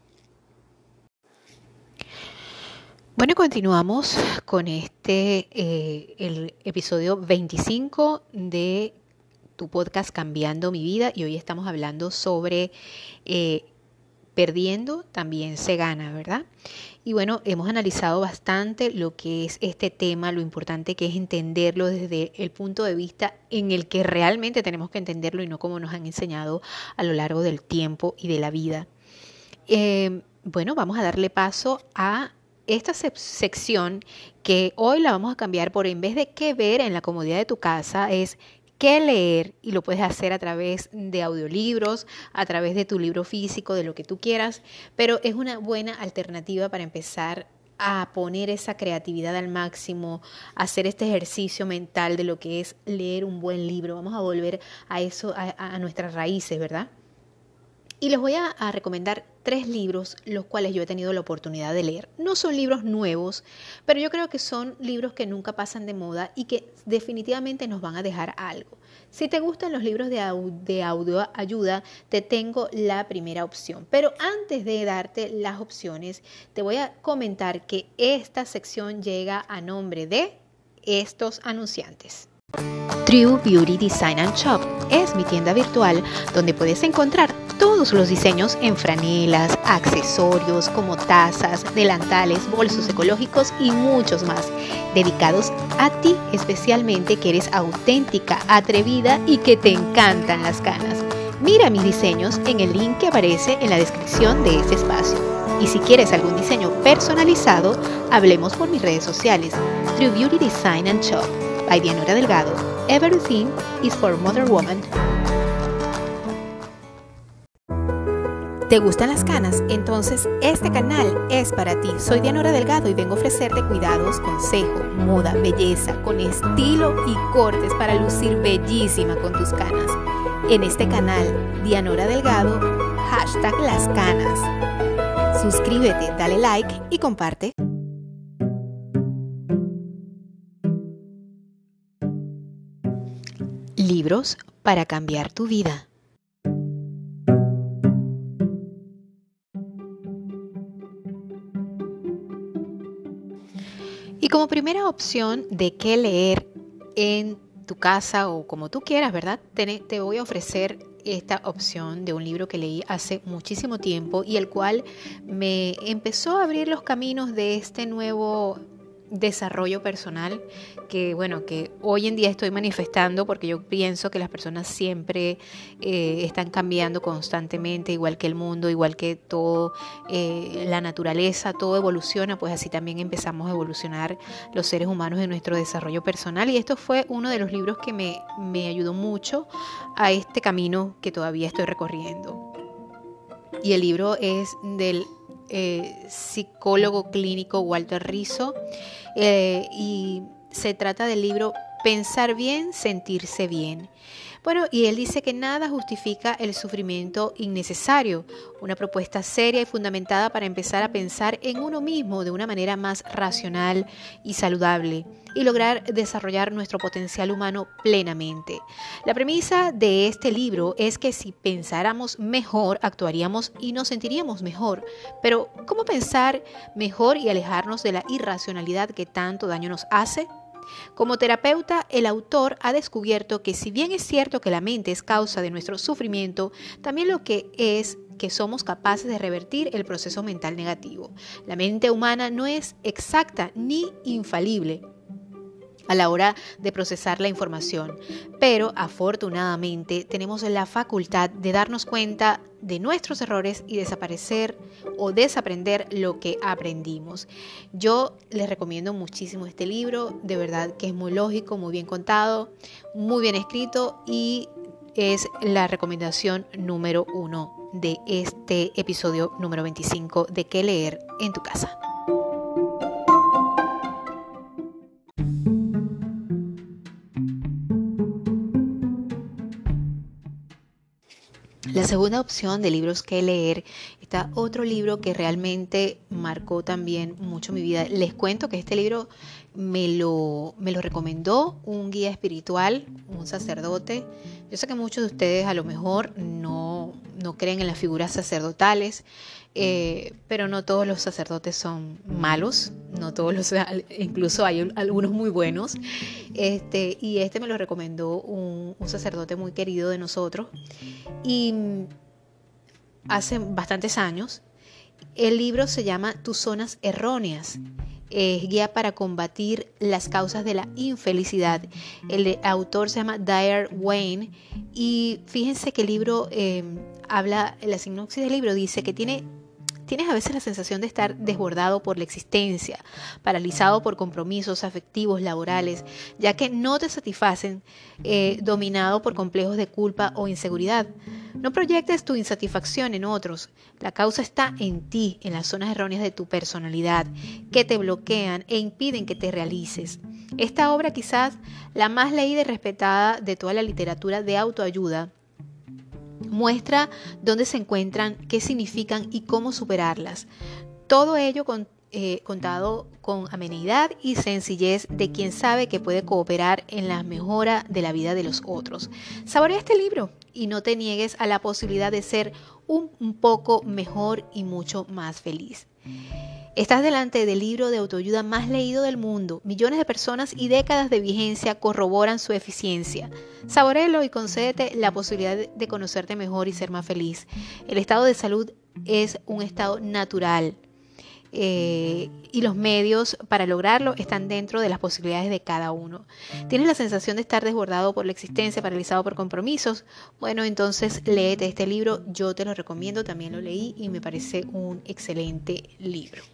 Bueno, continuamos con este, eh, el episodio veinticinco de tu podcast Cambiando mi vida, y hoy estamos hablando sobre eh, perdiendo también se gana, ¿verdad? Y bueno, hemos analizado bastante lo que es este tema, lo importante que es entenderlo desde el punto de vista en el que realmente tenemos que entenderlo y no como nos han enseñado a lo largo del tiempo y de la vida. Eh, bueno, vamos a darle paso a esta sec- sección que hoy la vamos a cambiar por, en vez de qué ver en la comodidad de tu casa, es qué leer, y lo puedes hacer a través de audiolibros, a través de tu libro físico, de lo que tú quieras, pero es una buena alternativa para empezar a poner esa creatividad al máximo, hacer este ejercicio mental de lo que es leer un buen libro. Vamos a volver a eso, a, a nuestras raíces, ¿verdad? Y les voy a, a recomendar tres libros, los cuales yo he tenido la oportunidad de leer. No son libros nuevos, pero yo creo que son libros que nunca pasan de moda y que definitivamente nos van a dejar algo. Si te gustan los libros de, au- de autoayuda, te tengo la primera opción. Pero antes de darte las opciones, te voy a comentar que esta sección llega a nombre de estos anunciantes. True Beauty Design and Shop es mi tienda virtual donde puedes encontrar todos los diseños en franelas, accesorios como tazas, delantales, bolsos ecológicos y muchos más, dedicados a ti especialmente, que eres auténtica, atrevida y que te encantan las canas. Mira mis diseños en el link que aparece en la descripción de este espacio. Y si quieres algún diseño personalizado, hablemos por mis redes sociales. True Beauty Design and Shop by Dianora Delgado. Everything is for Mother Woman. ¿Te gustan las canas? Entonces este canal es para ti. Soy Dianora Delgado y vengo a ofrecerte cuidados, consejo, moda, belleza, con estilo y cortes para lucir bellísima con tus canas. En este canal, Dianora Delgado, hashtag las canas. Suscríbete, dale like y comparte. Libros para cambiar tu vida. Y como primera opción de qué leer en tu casa o como tú quieras, ¿verdad? Te, te voy a ofrecer esta opción de un libro que leí hace muchísimo tiempo y el cual me empezó a abrir los caminos de este nuevo desarrollo personal que, bueno, que hoy en día estoy manifestando, porque yo pienso que las personas siempre eh, están cambiando constantemente, igual que el mundo, igual que todo, eh, la naturaleza, todo evoluciona, pues así también empezamos a evolucionar los seres humanos en nuestro desarrollo personal, y esto fue uno de los libros que me, me ayudó mucho a este camino que todavía estoy recorriendo. Y el libro es del eh, psicólogo clínico Walter Rizzo, eh, y se trata del libro Pensar bien, sentirse bien. Bueno, y él dice que nada justifica el sufrimiento innecesario, una propuesta seria y fundamentada para empezar a pensar en uno mismo de una manera más racional y saludable y lograr desarrollar nuestro potencial humano plenamente. La premisa de este libro es que si pensáramos mejor, actuaríamos y nos sentiríamos mejor. Pero, ¿cómo pensar mejor y alejarnos de la irracionalidad que tanto daño nos hace? Como terapeuta, el autor ha descubierto que si bien es cierto que la mente es causa de nuestro sufrimiento, también lo que es que somos capaces de revertir el proceso mental negativo. La mente humana no es exacta ni infalible a la hora de procesar la información, pero afortunadamente tenemos la facultad de darnos cuenta de nuestros errores y desaparecer o desaprender lo que aprendimos. Yo les recomiendo muchísimo este libro, de verdad que es muy lógico, muy bien contado, muy bien escrito, y es la recomendación número uno de este episodio número veinticinco de qué leer en tu casa. La segunda opción de libros que leer está otro libro que realmente marcó también mucho mi vida. Les cuento que este libro me lo, me lo recomendó un guía espiritual, un sacerdote. Yo sé que muchos de ustedes a lo mejor no, no creen en las figuras sacerdotales, eh, pero no todos los sacerdotes son malos, no todos los, incluso hay algunos muy buenos. Este, y este me lo recomendó un, un sacerdote muy querido de nosotros. Y hace bastantes años, el libro se llama Tus zonas erróneas. Es guía para combatir las causas de la infelicidad. El autor se llama Dyer Wayne y fíjense que el libro eh, habla, la sinopsis del libro dice que tiene Tienes a veces la sensación de estar desbordado por la existencia, paralizado por compromisos afectivos, laborales, ya que no te satisfacen, eh, dominado por complejos de culpa o inseguridad. No proyectes tu insatisfacción en otros. La causa está en ti, en las zonas erróneas de tu personalidad, que te bloquean e impiden que te realices. Esta obra, quizás la más leída y respetada de toda la literatura de autoayuda, muestra dónde se encuentran, qué significan y cómo superarlas. Todo ello con, eh, contado con amenidad y sencillez de quien sabe que puede cooperar en la mejora de la vida de los otros. Saborea este libro y no te niegues a la posibilidad de ser un, un poco mejor y mucho más feliz. Estás delante del libro de autoayuda más leído del mundo. Millones de personas y décadas de vigencia corroboran su eficiencia. Saboréalo y concédete la posibilidad de conocerte mejor y ser más feliz. El estado de salud es un estado natural eh, y los medios para lograrlo están dentro de las posibilidades de cada uno. ¿Tienes la sensación de estar desbordado por la existencia, paralizado por compromisos? Bueno, entonces léete este libro. Yo te lo recomiendo, también lo leí y me parece un excelente libro.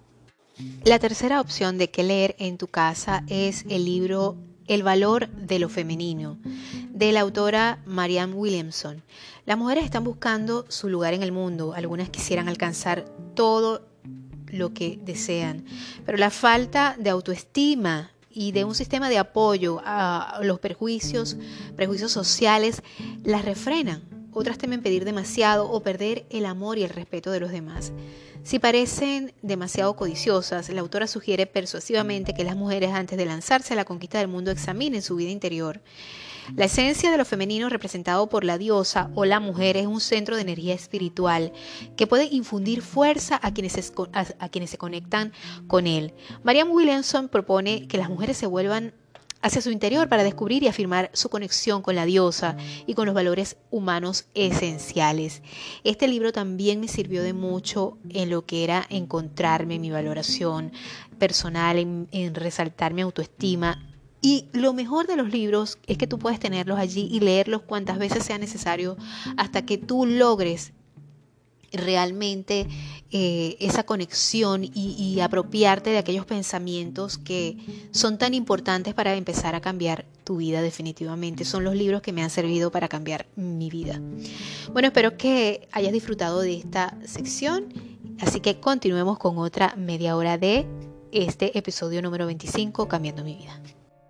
La tercera opción de qué leer en tu casa es el libro El valor de lo femenino, de la autora Marianne Williamson. Las mujeres están buscando su lugar en el mundo. Algunas quisieran alcanzar todo lo que desean, pero la falta de autoestima y de un sistema de apoyo a los prejuicios, prejuicios sociales las refrenan. Otras temen pedir demasiado o perder el amor y el respeto de los demás. Si parecen demasiado codiciosas, la autora sugiere persuasivamente que las mujeres, antes de lanzarse a la conquista del mundo, examinen su vida interior. La esencia de lo femenino, representado por la diosa o la mujer, es un centro de energía espiritual que puede infundir fuerza a quienes se, a, a quienes se conectan con él. Marianne Williamson propone que las mujeres se vuelvan hacia su interior para descubrir y afirmar su conexión con la diosa y con los valores humanos esenciales. Este libro también me sirvió de mucho en lo que era encontrarme, mi valoración personal, en, en resaltar mi autoestima. Y lo mejor de los libros es que tú puedes tenerlos allí y leerlos cuantas veces sea necesario hasta que tú logres realmente eh, esa conexión y, y apropiarte de aquellos pensamientos que son tan importantes para empezar a cambiar tu vida definitivamente. Son los libros que me han servido para cambiar mi vida. Bueno, espero que hayas disfrutado de esta sección, así que continuemos con otra media hora de este episodio número veinticinco, Cambiando mi vida.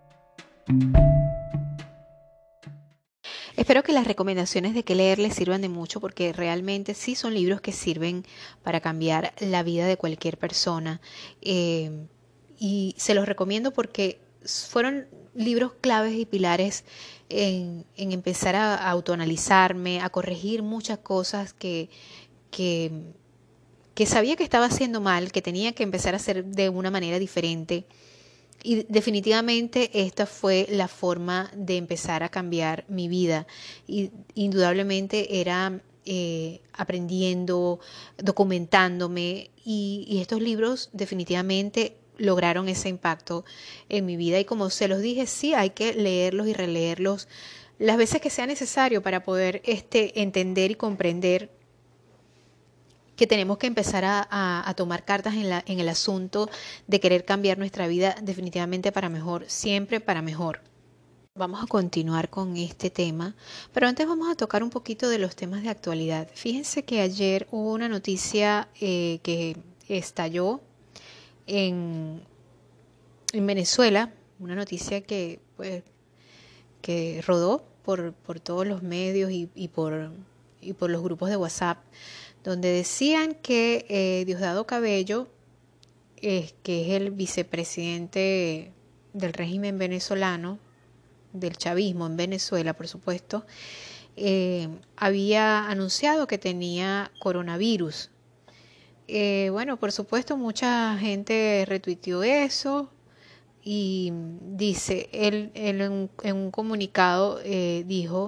Espero que las recomendaciones de qué leer les sirvan de mucho, porque realmente sí son libros que sirven para cambiar la vida de cualquier persona. Eh, y se los recomiendo porque fueron libros claves y pilares en, en empezar a, a autoanalizarme, a corregir muchas cosas que, que, que sabía que estaba haciendo mal, que tenía que empezar a hacer de una manera diferente. Y definitivamente esta fue la forma de empezar a cambiar mi vida. Y indudablemente era eh, aprendiendo, documentándome y, y estos libros definitivamente lograron ese impacto en mi vida. Y como se los dije, sí, hay que leerlos y releerlos las veces que sea necesario para poder este, entender y comprender que tenemos que empezar a, a, a tomar cartas en, la, en el asunto de querer cambiar nuestra vida definitivamente para mejor, siempre para mejor. Vamos a continuar con este tema, pero antes vamos a tocar un poquito de los temas de actualidad. Fíjense que ayer hubo una noticia eh, que estalló en, en Venezuela, una noticia que, pues, que rodó por, por todos los medios y, y por... y por los grupos de WhatsApp, donde decían que eh, Diosdado Cabello, eh, que es el vicepresidente del régimen venezolano, del chavismo en Venezuela, por supuesto, eh, había anunciado que tenía coronavirus. Eh, bueno, por supuesto, mucha gente retuiteó eso y dice, él, él en, un, en un comunicado eh, dijo,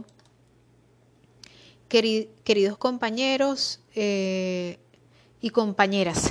Queri, queridos compañeros eh, y compañeras,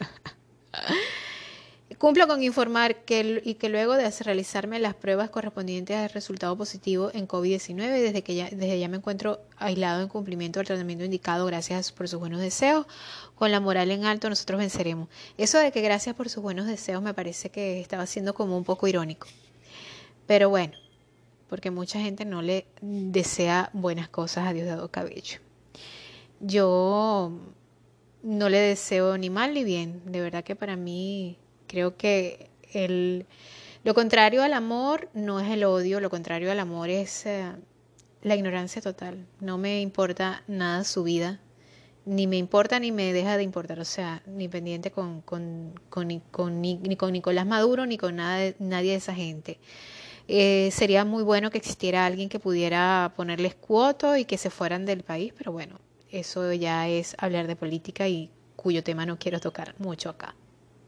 cumplo con informar que, y que luego de realizarme las pruebas correspondientes al resultado positivo en COVID diecinueve, desde que ya, desde ya me encuentro aislado en cumplimiento del tratamiento indicado, gracias por sus buenos deseos, con la moral en alto nosotros venceremos. Eso de que gracias por sus buenos deseos me parece que estaba siendo como un poco irónico. Pero bueno, porque mucha gente no le desea buenas cosas a Diosdado Cabello. Yo no le deseo ni mal ni bien, de verdad que para mí... Creo que el, lo contrario al amor no es el odio, lo contrario al amor es eh, la ignorancia total. No me importa nada su vida, ni me importa ni me deja de importar. O sea, ni pendiente con, con, con, con, con ni, ni con Nicolás Maduro ni con nada de, nadie de esa gente. Eh, sería muy bueno que existiera alguien que pudiera ponerles cuoto y que se fueran del país, pero bueno, eso ya es hablar de política y cuyo tema no quiero tocar mucho acá.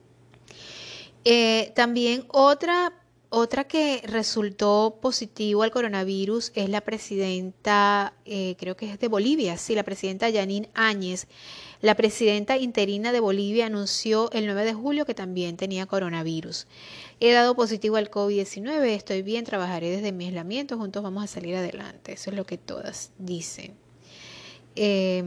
Eh, también otra, otra que resultó positivo al coronavirus es la presidenta, eh, creo que es de Bolivia, sí, la presidenta Yanine Áñez. La presidenta interina de Bolivia anunció el nueve de julio que también tenía coronavirus. He dado positivo al COVID diecinueve, estoy bien, trabajaré desde mi aislamiento, juntos vamos a salir adelante. Eso es lo que todas dicen. Eh,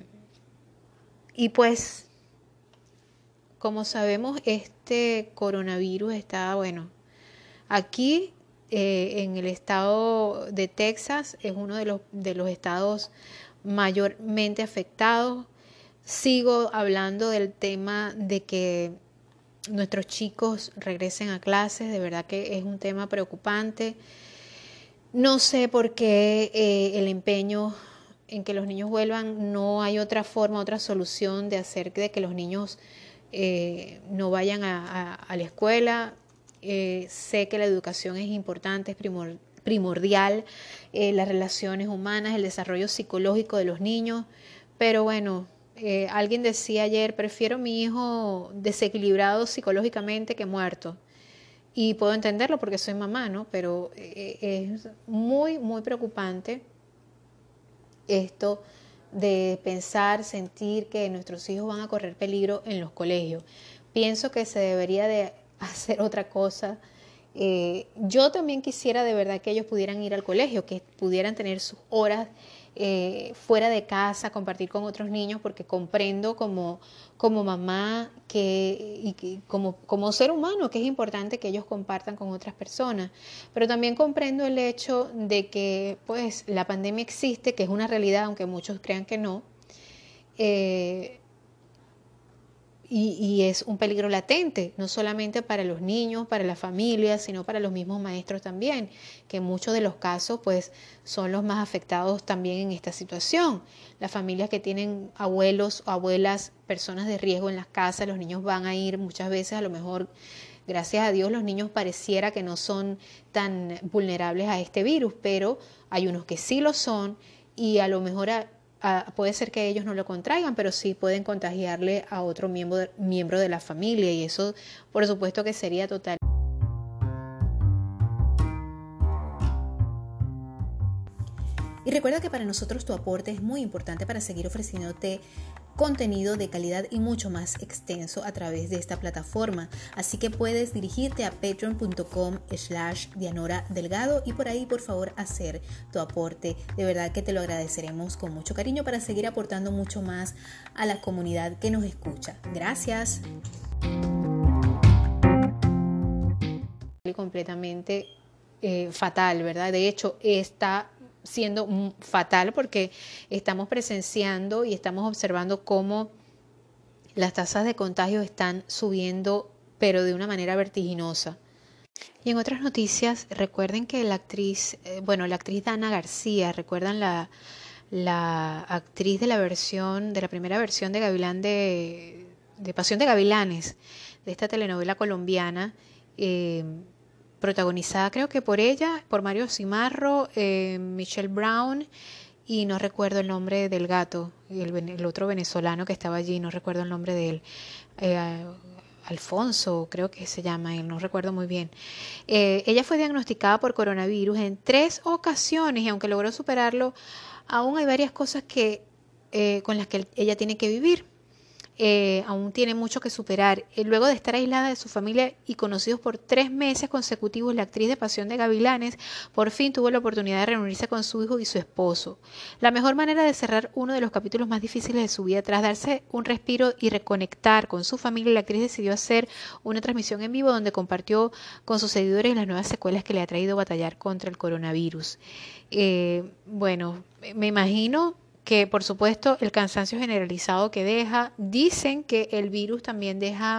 y pues... Como sabemos, este coronavirus está, bueno, aquí eh, en el estado de Texas es uno de los, de los estados mayormente afectados. Sigo hablando del tema de que nuestros chicos regresen a clases, de verdad que es un tema preocupante. No sé por qué eh, el empeño en que los niños vuelvan, no hay otra forma, otra solución de hacer de que los niños Eh, no vayan a, a, a la escuela. Eh, sé que la educación es importante, es primor, primordial, eh, las relaciones humanas, el desarrollo psicológico de los niños, pero bueno, eh, alguien decía ayer, prefiero mi hijo desequilibrado psicológicamente que muerto. Y puedo entenderlo porque soy mamá, ¿no? Pero eh, es muy, muy preocupante esto de pensar, sentir que nuestros hijos van a correr peligro en los colegios. Pienso que se debería de hacer otra cosa. Eh, yo también quisiera de verdad que ellos pudieran ir al colegio, que pudieran tener sus horas eh, fuera de casa, compartir con otros niños, porque comprendo como, como mamá que, y que como, como ser humano que es importante que ellos compartan con otras personas, pero también comprendo el hecho de que pues la pandemia existe, que es una realidad, aunque muchos crean que no, eh, Y, y es un peligro latente, no solamente para los niños, para las familias, sino para los mismos maestros también, que en muchos de los casos pues son los más afectados también en esta situación. Las familias que tienen abuelos o abuelas, personas de riesgo en las casas, los niños van a ir muchas veces, a lo mejor, gracias a Dios, los niños pareciera que no son tan vulnerables a este virus, pero hay unos que sí lo son y a lo mejor... A, Uh, puede ser que ellos no lo contraigan, pero sí pueden contagiarle a otro miembro de, miembro de la familia y eso por supuesto que sería total. Y recuerda que para nosotros tu aporte es muy importante para seguir ofreciéndote contenido de calidad y mucho más extenso a través de esta plataforma. Así que puedes dirigirte a patreon.com slash Dianora Delgado y por ahí por favor hacer tu aporte. De verdad que te lo agradeceremos con mucho cariño para seguir aportando mucho más a la comunidad que nos escucha. Gracias. Completamente eh, fatal, ¿verdad? De hecho, está siendo fatal porque estamos presenciando y estamos observando cómo las tasas de contagio están subiendo, pero de una manera vertiginosa. Y en otras noticias, recuerden que la actriz, eh, bueno, la actriz Dana García, recuerdan la, la actriz de la versión, de la primera versión de Gavilán de, de Pasión de Gavilanes, de esta telenovela colombiana, eh, protagonizada creo que por ella, por Mario Cimarro, eh, Michelle Brown, y no recuerdo el nombre del gato, el, el otro venezolano que estaba allí, no recuerdo el nombre de él. Eh, Alfonso, creo que se llama él, no recuerdo muy bien. Eh, ella fue diagnosticada por coronavirus en tres ocasiones y aunque logró superarlo, aún hay varias cosas que, eh, con las que ella tiene que vivir. Eh, aún tiene mucho que superar. Eh, luego de estar aislada de su familia y conocidos por tres meses consecutivos, la actriz de Pasión de Gavilanes por fin tuvo la oportunidad de reunirse con su hijo y su esposo. La mejor manera de cerrar uno de los capítulos más difíciles de su vida, tras darse un respiro y reconectar con su familia, la actriz decidió hacer una transmisión en vivo donde compartió con sus seguidores las nuevas secuelas que le ha traído batallar contra el coronavirus. Eh, bueno, me imagino que por supuesto el cansancio generalizado que deja, dicen que el virus también deja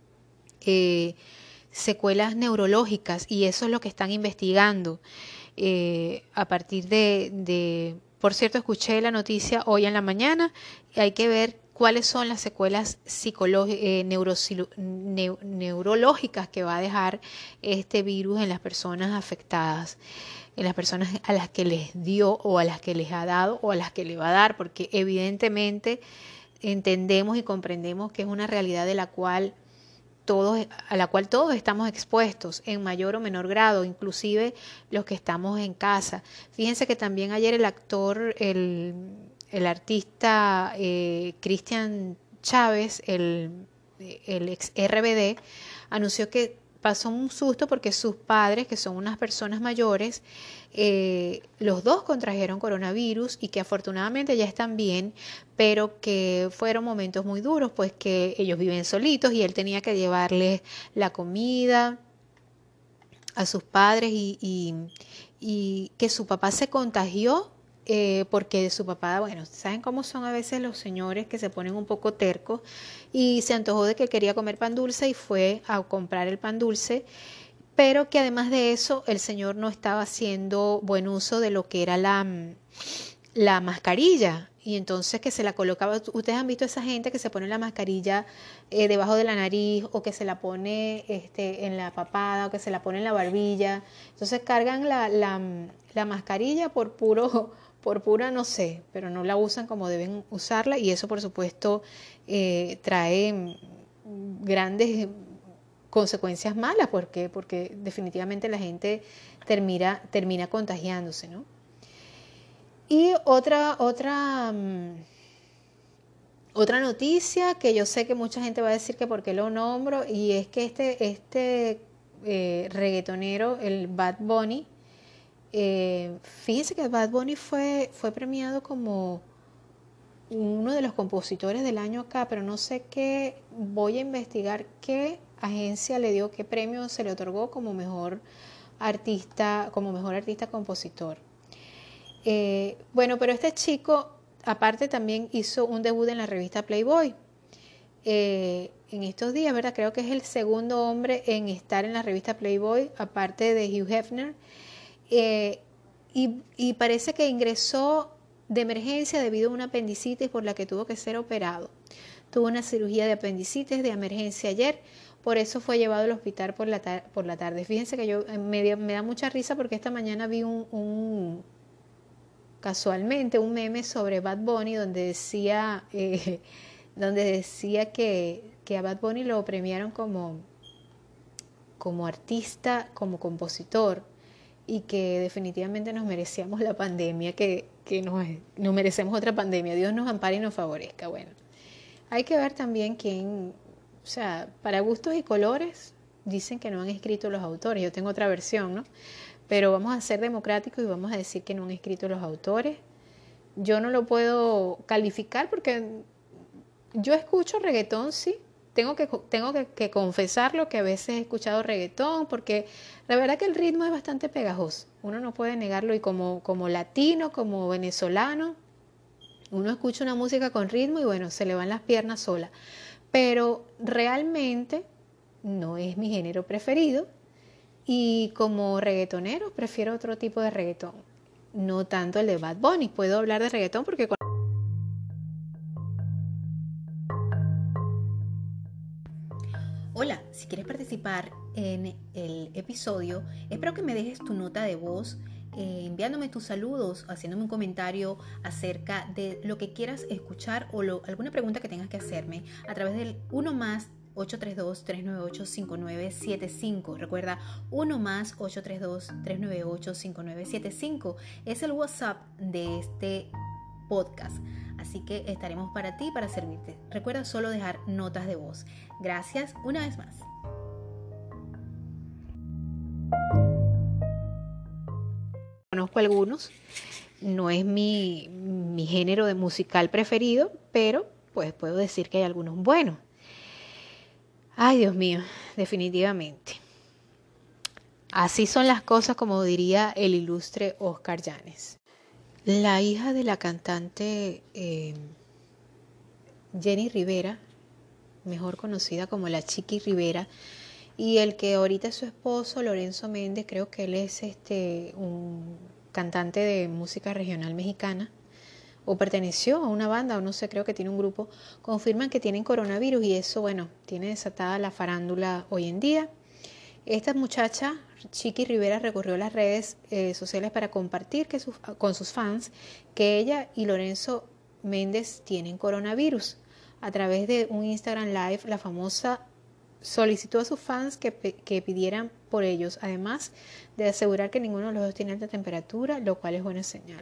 eh, secuelas neurológicas y eso es lo que están investigando eh, a partir de, de, por cierto, escuché la noticia hoy en la mañana y hay que ver cuáles son las secuelas eh, neuro neu neurológicas que va a dejar este virus en las personas afectadas, en las personas a las que les dio o a las que les ha dado o a las que le va a dar, porque evidentemente entendemos y comprendemos que es una realidad de la cual todos, a la cual todos estamos expuestos en mayor o menor grado, inclusive los que estamos en casa. Fíjense que también ayer el actor, el, el artista eh, Cristian Chávez, el, el ex R B D, anunció que pasó un susto porque sus padres, que son unas personas mayores, eh, los dos contrajeron coronavirus y que afortunadamente ya están bien, pero que fueron momentos muy duros, pues que ellos viven solitos y él tenía que llevarles la comida a sus padres y, y, y que su papá se contagió. Eh, porque su papá, bueno, ¿saben cómo son a veces los señores que se ponen un poco tercos? Y se antojó de que quería comer pan dulce y fue a comprar el pan dulce, pero que además de eso el señor no estaba haciendo buen uso de lo que era la, la mascarilla. Y entonces que se la colocaba, ustedes han visto a esa gente que se pone la mascarilla eh, debajo de la nariz o que se la pone este, en la papada o que se la pone en la barbilla. Entonces cargan la, la, la mascarilla por puro... por pura no sé, pero no la usan como deben usarla y eso por supuesto eh, trae grandes consecuencias malas, ¿por qué? Porque definitivamente la gente termina, termina contagiándose, ¿no? Y otra, otra, um, otra noticia que yo sé que mucha gente va a decir que por qué lo nombro, y es que este, este eh, reggaetonero, el Bad Bunny, Eh, fíjense que Bad Bunny fue, fue premiado como uno de los compositores del año acá, pero no sé qué, voy a investigar qué agencia le dio, qué premio se le otorgó como mejor artista, como mejor artista compositor. Eh, bueno, pero este chico aparte también hizo un debut en la revista Playboy. Eh, en estos días, ¿verdad? Creo que es el segundo hombre en estar en la revista Playboy, aparte de Hugh Hefner. Eh, y, y parece que ingresó de emergencia debido a una apendicitis por la que tuvo que ser operado. Tuvo una cirugía de apendicitis de emergencia ayer, por eso fue llevado al hospital por la, tar por la tarde. Fíjense que yo me, me da mucha risa porque esta mañana vi un, un casualmente un meme sobre Bad Bunny donde decía, eh, donde decía que, que a Bad Bunny lo premiaron como, como artista, como compositor, y que definitivamente nos merecíamos la pandemia, que, que nos, nos merecemos otra pandemia. Dios nos ampare y nos favorezca. Bueno, hay que ver también quién, o sea, para gustos y colores, dicen que no han escrito los autores. Yo tengo otra versión, ¿no? Pero vamos a ser democráticos y vamos a decir que no han escrito los autores. Yo no lo puedo calificar porque yo escucho reggaetón, sí. Tengo que, tengo que, que confesarlo que a veces he escuchado reggaetón porque la verdad que el ritmo es bastante pegajoso. Uno no puede negarlo y como, como latino, como venezolano, uno escucha una música con ritmo y bueno, se le van las piernas solas. Pero realmente no es mi género preferido y como reggaetonero prefiero otro tipo de reggaetón. no tanto el de Bad Bunny. Puedo hablar de reggaetón porque... Hola, si quieres participar en el episodio, espero que me dejes tu nota de voz, eh, enviándome tus saludos, haciéndome un comentario acerca de lo que quieras escuchar o lo, alguna pregunta que tengas que hacerme a través del uno más ocho tres dos, tres nueve ocho, cinco nueve siete cinco. Recuerda, uno más ocho tres dos, tres nueve ocho, cinco nueve siete cinco es el WhatsApp de este podcast. Así que estaremos para ti, para servirte. Recuerda solo dejar notas de voz. Gracias una vez más. Conozco algunos. No es mi, mi género de musical preferido, pero pues puedo decir que hay algunos buenos. Ay, Dios mío, definitivamente. Así son las cosas, como diría el ilustre Oscar Llanes. La hija de la cantante eh, Jenny Rivera, mejor conocida como la Chiqui Rivera, y el que ahorita es su esposo, Lorenzo Méndez, creo que él es este un cantante de música regional mexicana, o perteneció a una banda, o no sé, creo que tiene un grupo, confirman que tienen coronavirus y eso, bueno, tiene desatada la farándula hoy en día. Esta muchacha, Chiqui Rivera, recorrió las redes eh, sociales para compartir que sus, con sus fans que ella y Lorenzo Méndez tienen coronavirus. A través de un Instagram Live, la famosa solicitó a sus fans que, que pidieran por ellos, además de asegurar que ninguno de los dos tiene alta temperatura, lo cual es buena señal.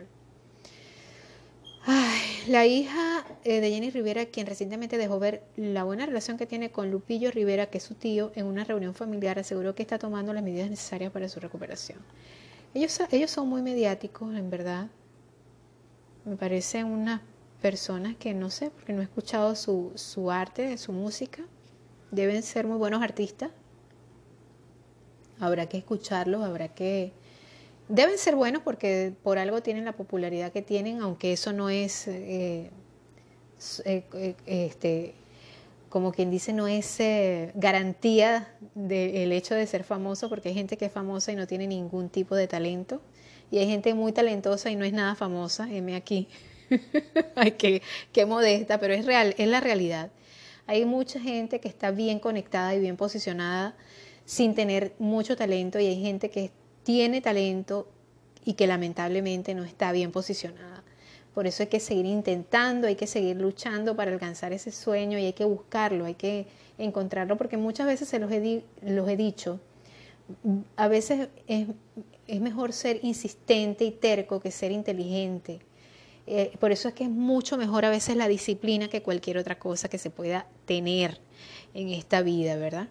Ay, la hija eh, de Jenny Rivera, quien recientemente dejó ver la buena relación que tiene con Lupillo Rivera, que es su tío, en una reunión familiar, aseguró que está tomando las medidas necesarias para su recuperación. Ellos, ellos son muy mediáticos, en verdad. Me parecen unas personas que no sé, porque no he escuchado su, su arte, su música. Deben ser muy buenos artistas. Habrá que escucharlos, habrá que... Deben ser buenos porque por algo tienen la popularidad que tienen, aunque eso no es, eh, eh, este, como quien dice, no es eh, garantía del hecho de ser famoso, porque hay gente que es famosa y no tiene ningún tipo de talento, y hay gente muy talentosa y no es nada famosa, heme aquí. Ay, qué, qué modesta, pero es real, es la realidad. Hay mucha gente que está bien conectada y bien posicionada sin tener mucho talento, y hay gente que tiene talento y que lamentablemente no está bien posicionada. Por eso hay que seguir intentando, hay que seguir luchando para alcanzar ese sueño y hay que buscarlo, hay que encontrarlo, porque muchas veces se los he, di- los he dicho, a veces es, es mejor ser insistente y terco que ser inteligente. Eh, por eso es que es mucho mejor a veces la disciplina que cualquier otra cosa que se pueda tener en esta vida, ¿verdad?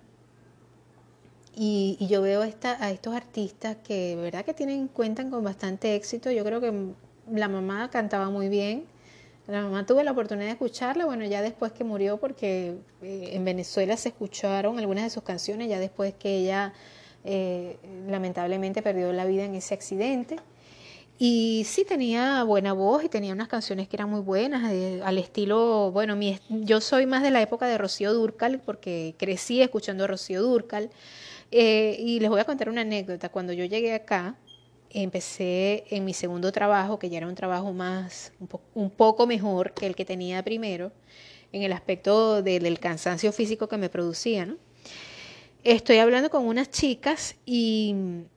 Y, y yo veo esta, a estos artistas que, ¿verdad?, que tienen, cuentan con bastante éxito. Yo creo que la mamá cantaba muy bien. La mamá tuve la oportunidad de escucharla, bueno, ya después que murió, porque eh, en Venezuela se escucharon algunas de sus canciones, ya después que ella eh, lamentablemente perdió la vida en ese accidente. Y sí tenía buena voz y tenía unas canciones que eran muy buenas, eh, al estilo, bueno, mi, yo soy más de la época de Rocío Dúrcal, porque crecí escuchando a Rocío Dúrcal. Eh, y les voy a contar una anécdota. Cuando yo llegué acá, empecé en mi segundo trabajo, que ya era un trabajo más, un, po un poco mejor que el que tenía primero, en el aspecto de, del cansancio físico que me producía, ¿no? Estoy hablando con unas chicas y,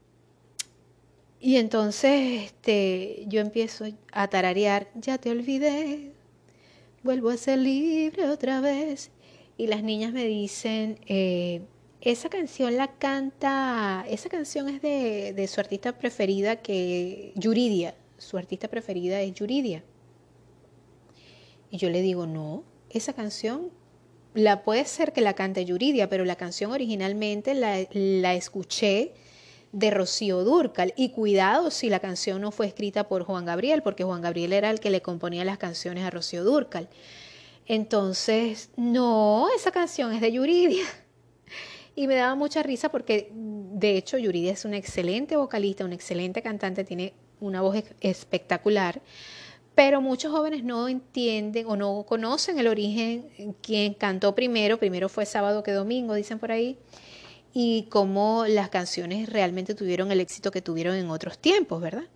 y entonces este, yo empiezo a tararear, ya te olvidé, vuelvo a ser libre otra vez. Y las niñas me dicen... Eh, esa canción la canta, esa canción es de, de su artista preferida, que Yuridia, su artista preferida es Yuridia. Y yo le digo, no, esa canción la puede ser que la cante Yuridia, pero la canción originalmente la, la escuché de Rocío Dúrcal. Y cuidado si la canción no fue escrita por Juan Gabriel, porque Juan Gabriel era el que le componía las canciones a Rocío Dúrcal. Entonces, no, esa canción es de Yuridia. Y me daba mucha risa porque, de hecho, Yuridia es una excelente vocalista, una excelente cantante, tiene una voz espectacular, pero muchos jóvenes no entienden o no conocen el origen, quién cantó primero, primero fue Sábado que Domingo, dicen por ahí, y cómo las canciones realmente tuvieron el éxito que tuvieron en otros tiempos, ¿verdad?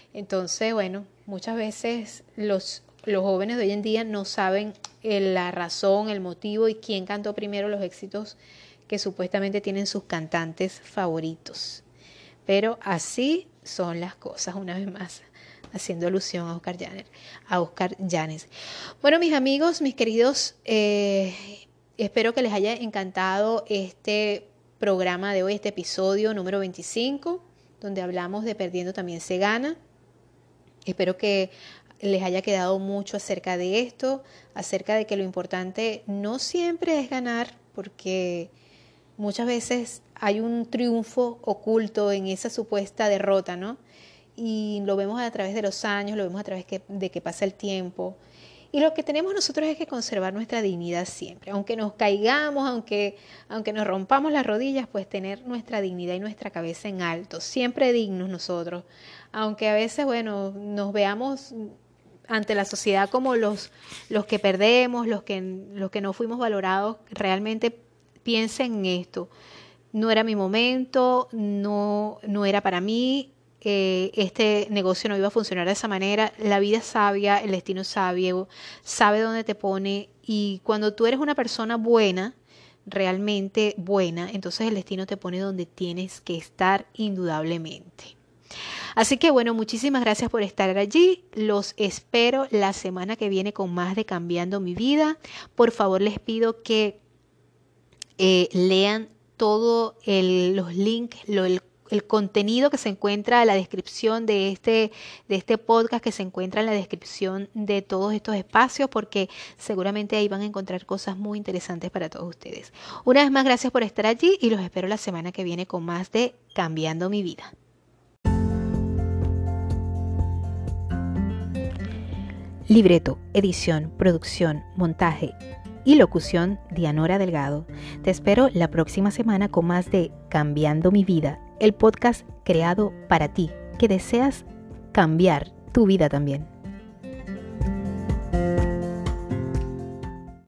Entonces, bueno, muchas veces los, los jóvenes de hoy en día no saben el, la razón, el motivo y quién cantó primero los éxitos que supuestamente tienen sus cantantes favoritos. Pero así son las cosas, una vez más, haciendo alusión a Oscar Llanes. A Oscar Llanes. Bueno, mis amigos, mis queridos, eh, espero que les haya encantado este programa de hoy, este episodio número veinticinco, donde hablamos de Perdiendo también se gana. Espero que les haya quedado mucho acerca de esto, acerca de que lo importante no siempre es ganar, porque muchas veces hay un triunfo oculto en esa supuesta derrota, ¿no? Y lo vemos a través de los años, lo vemos a través que, de que pasa el tiempo. Y lo que tenemos nosotros es que conservar nuestra dignidad siempre. Aunque nos caigamos, aunque, aunque nos rompamos las rodillas, pues tener nuestra dignidad y nuestra cabeza en alto. Siempre dignos nosotros. Aunque a veces, bueno, nos veamos ante la sociedad como los, los que perdemos, los que, los que no fuimos valorados, realmente piensen en esto. No era mi momento, no, no era para mí. Eh, este negocio no iba a funcionar de esa manera. La vida es sabia, el destino es sabio, sabe dónde te pone, y cuando tú eres una persona buena, realmente buena, entonces el destino te pone donde tienes que estar indudablemente. Así que bueno, muchísimas gracias por estar allí. Los espero la semana que viene con más de Cambiando mi Vida. Por favor, les pido que eh, lean todos los links, lo, el el contenido que se encuentra en la descripción de este, de este podcast, que se encuentra en la descripción de todos estos espacios, porque seguramente ahí van a encontrar cosas muy interesantes para todos ustedes. Una vez más, gracias por estar allí y los espero la semana que viene con más de Cambiando mi Vida. Libreto, edición, producción, montaje y locución, Dianora Delgado. Te espero la próxima semana con más de Cambiando mi Vida, el podcast creado para ti, que deseas cambiar tu vida también.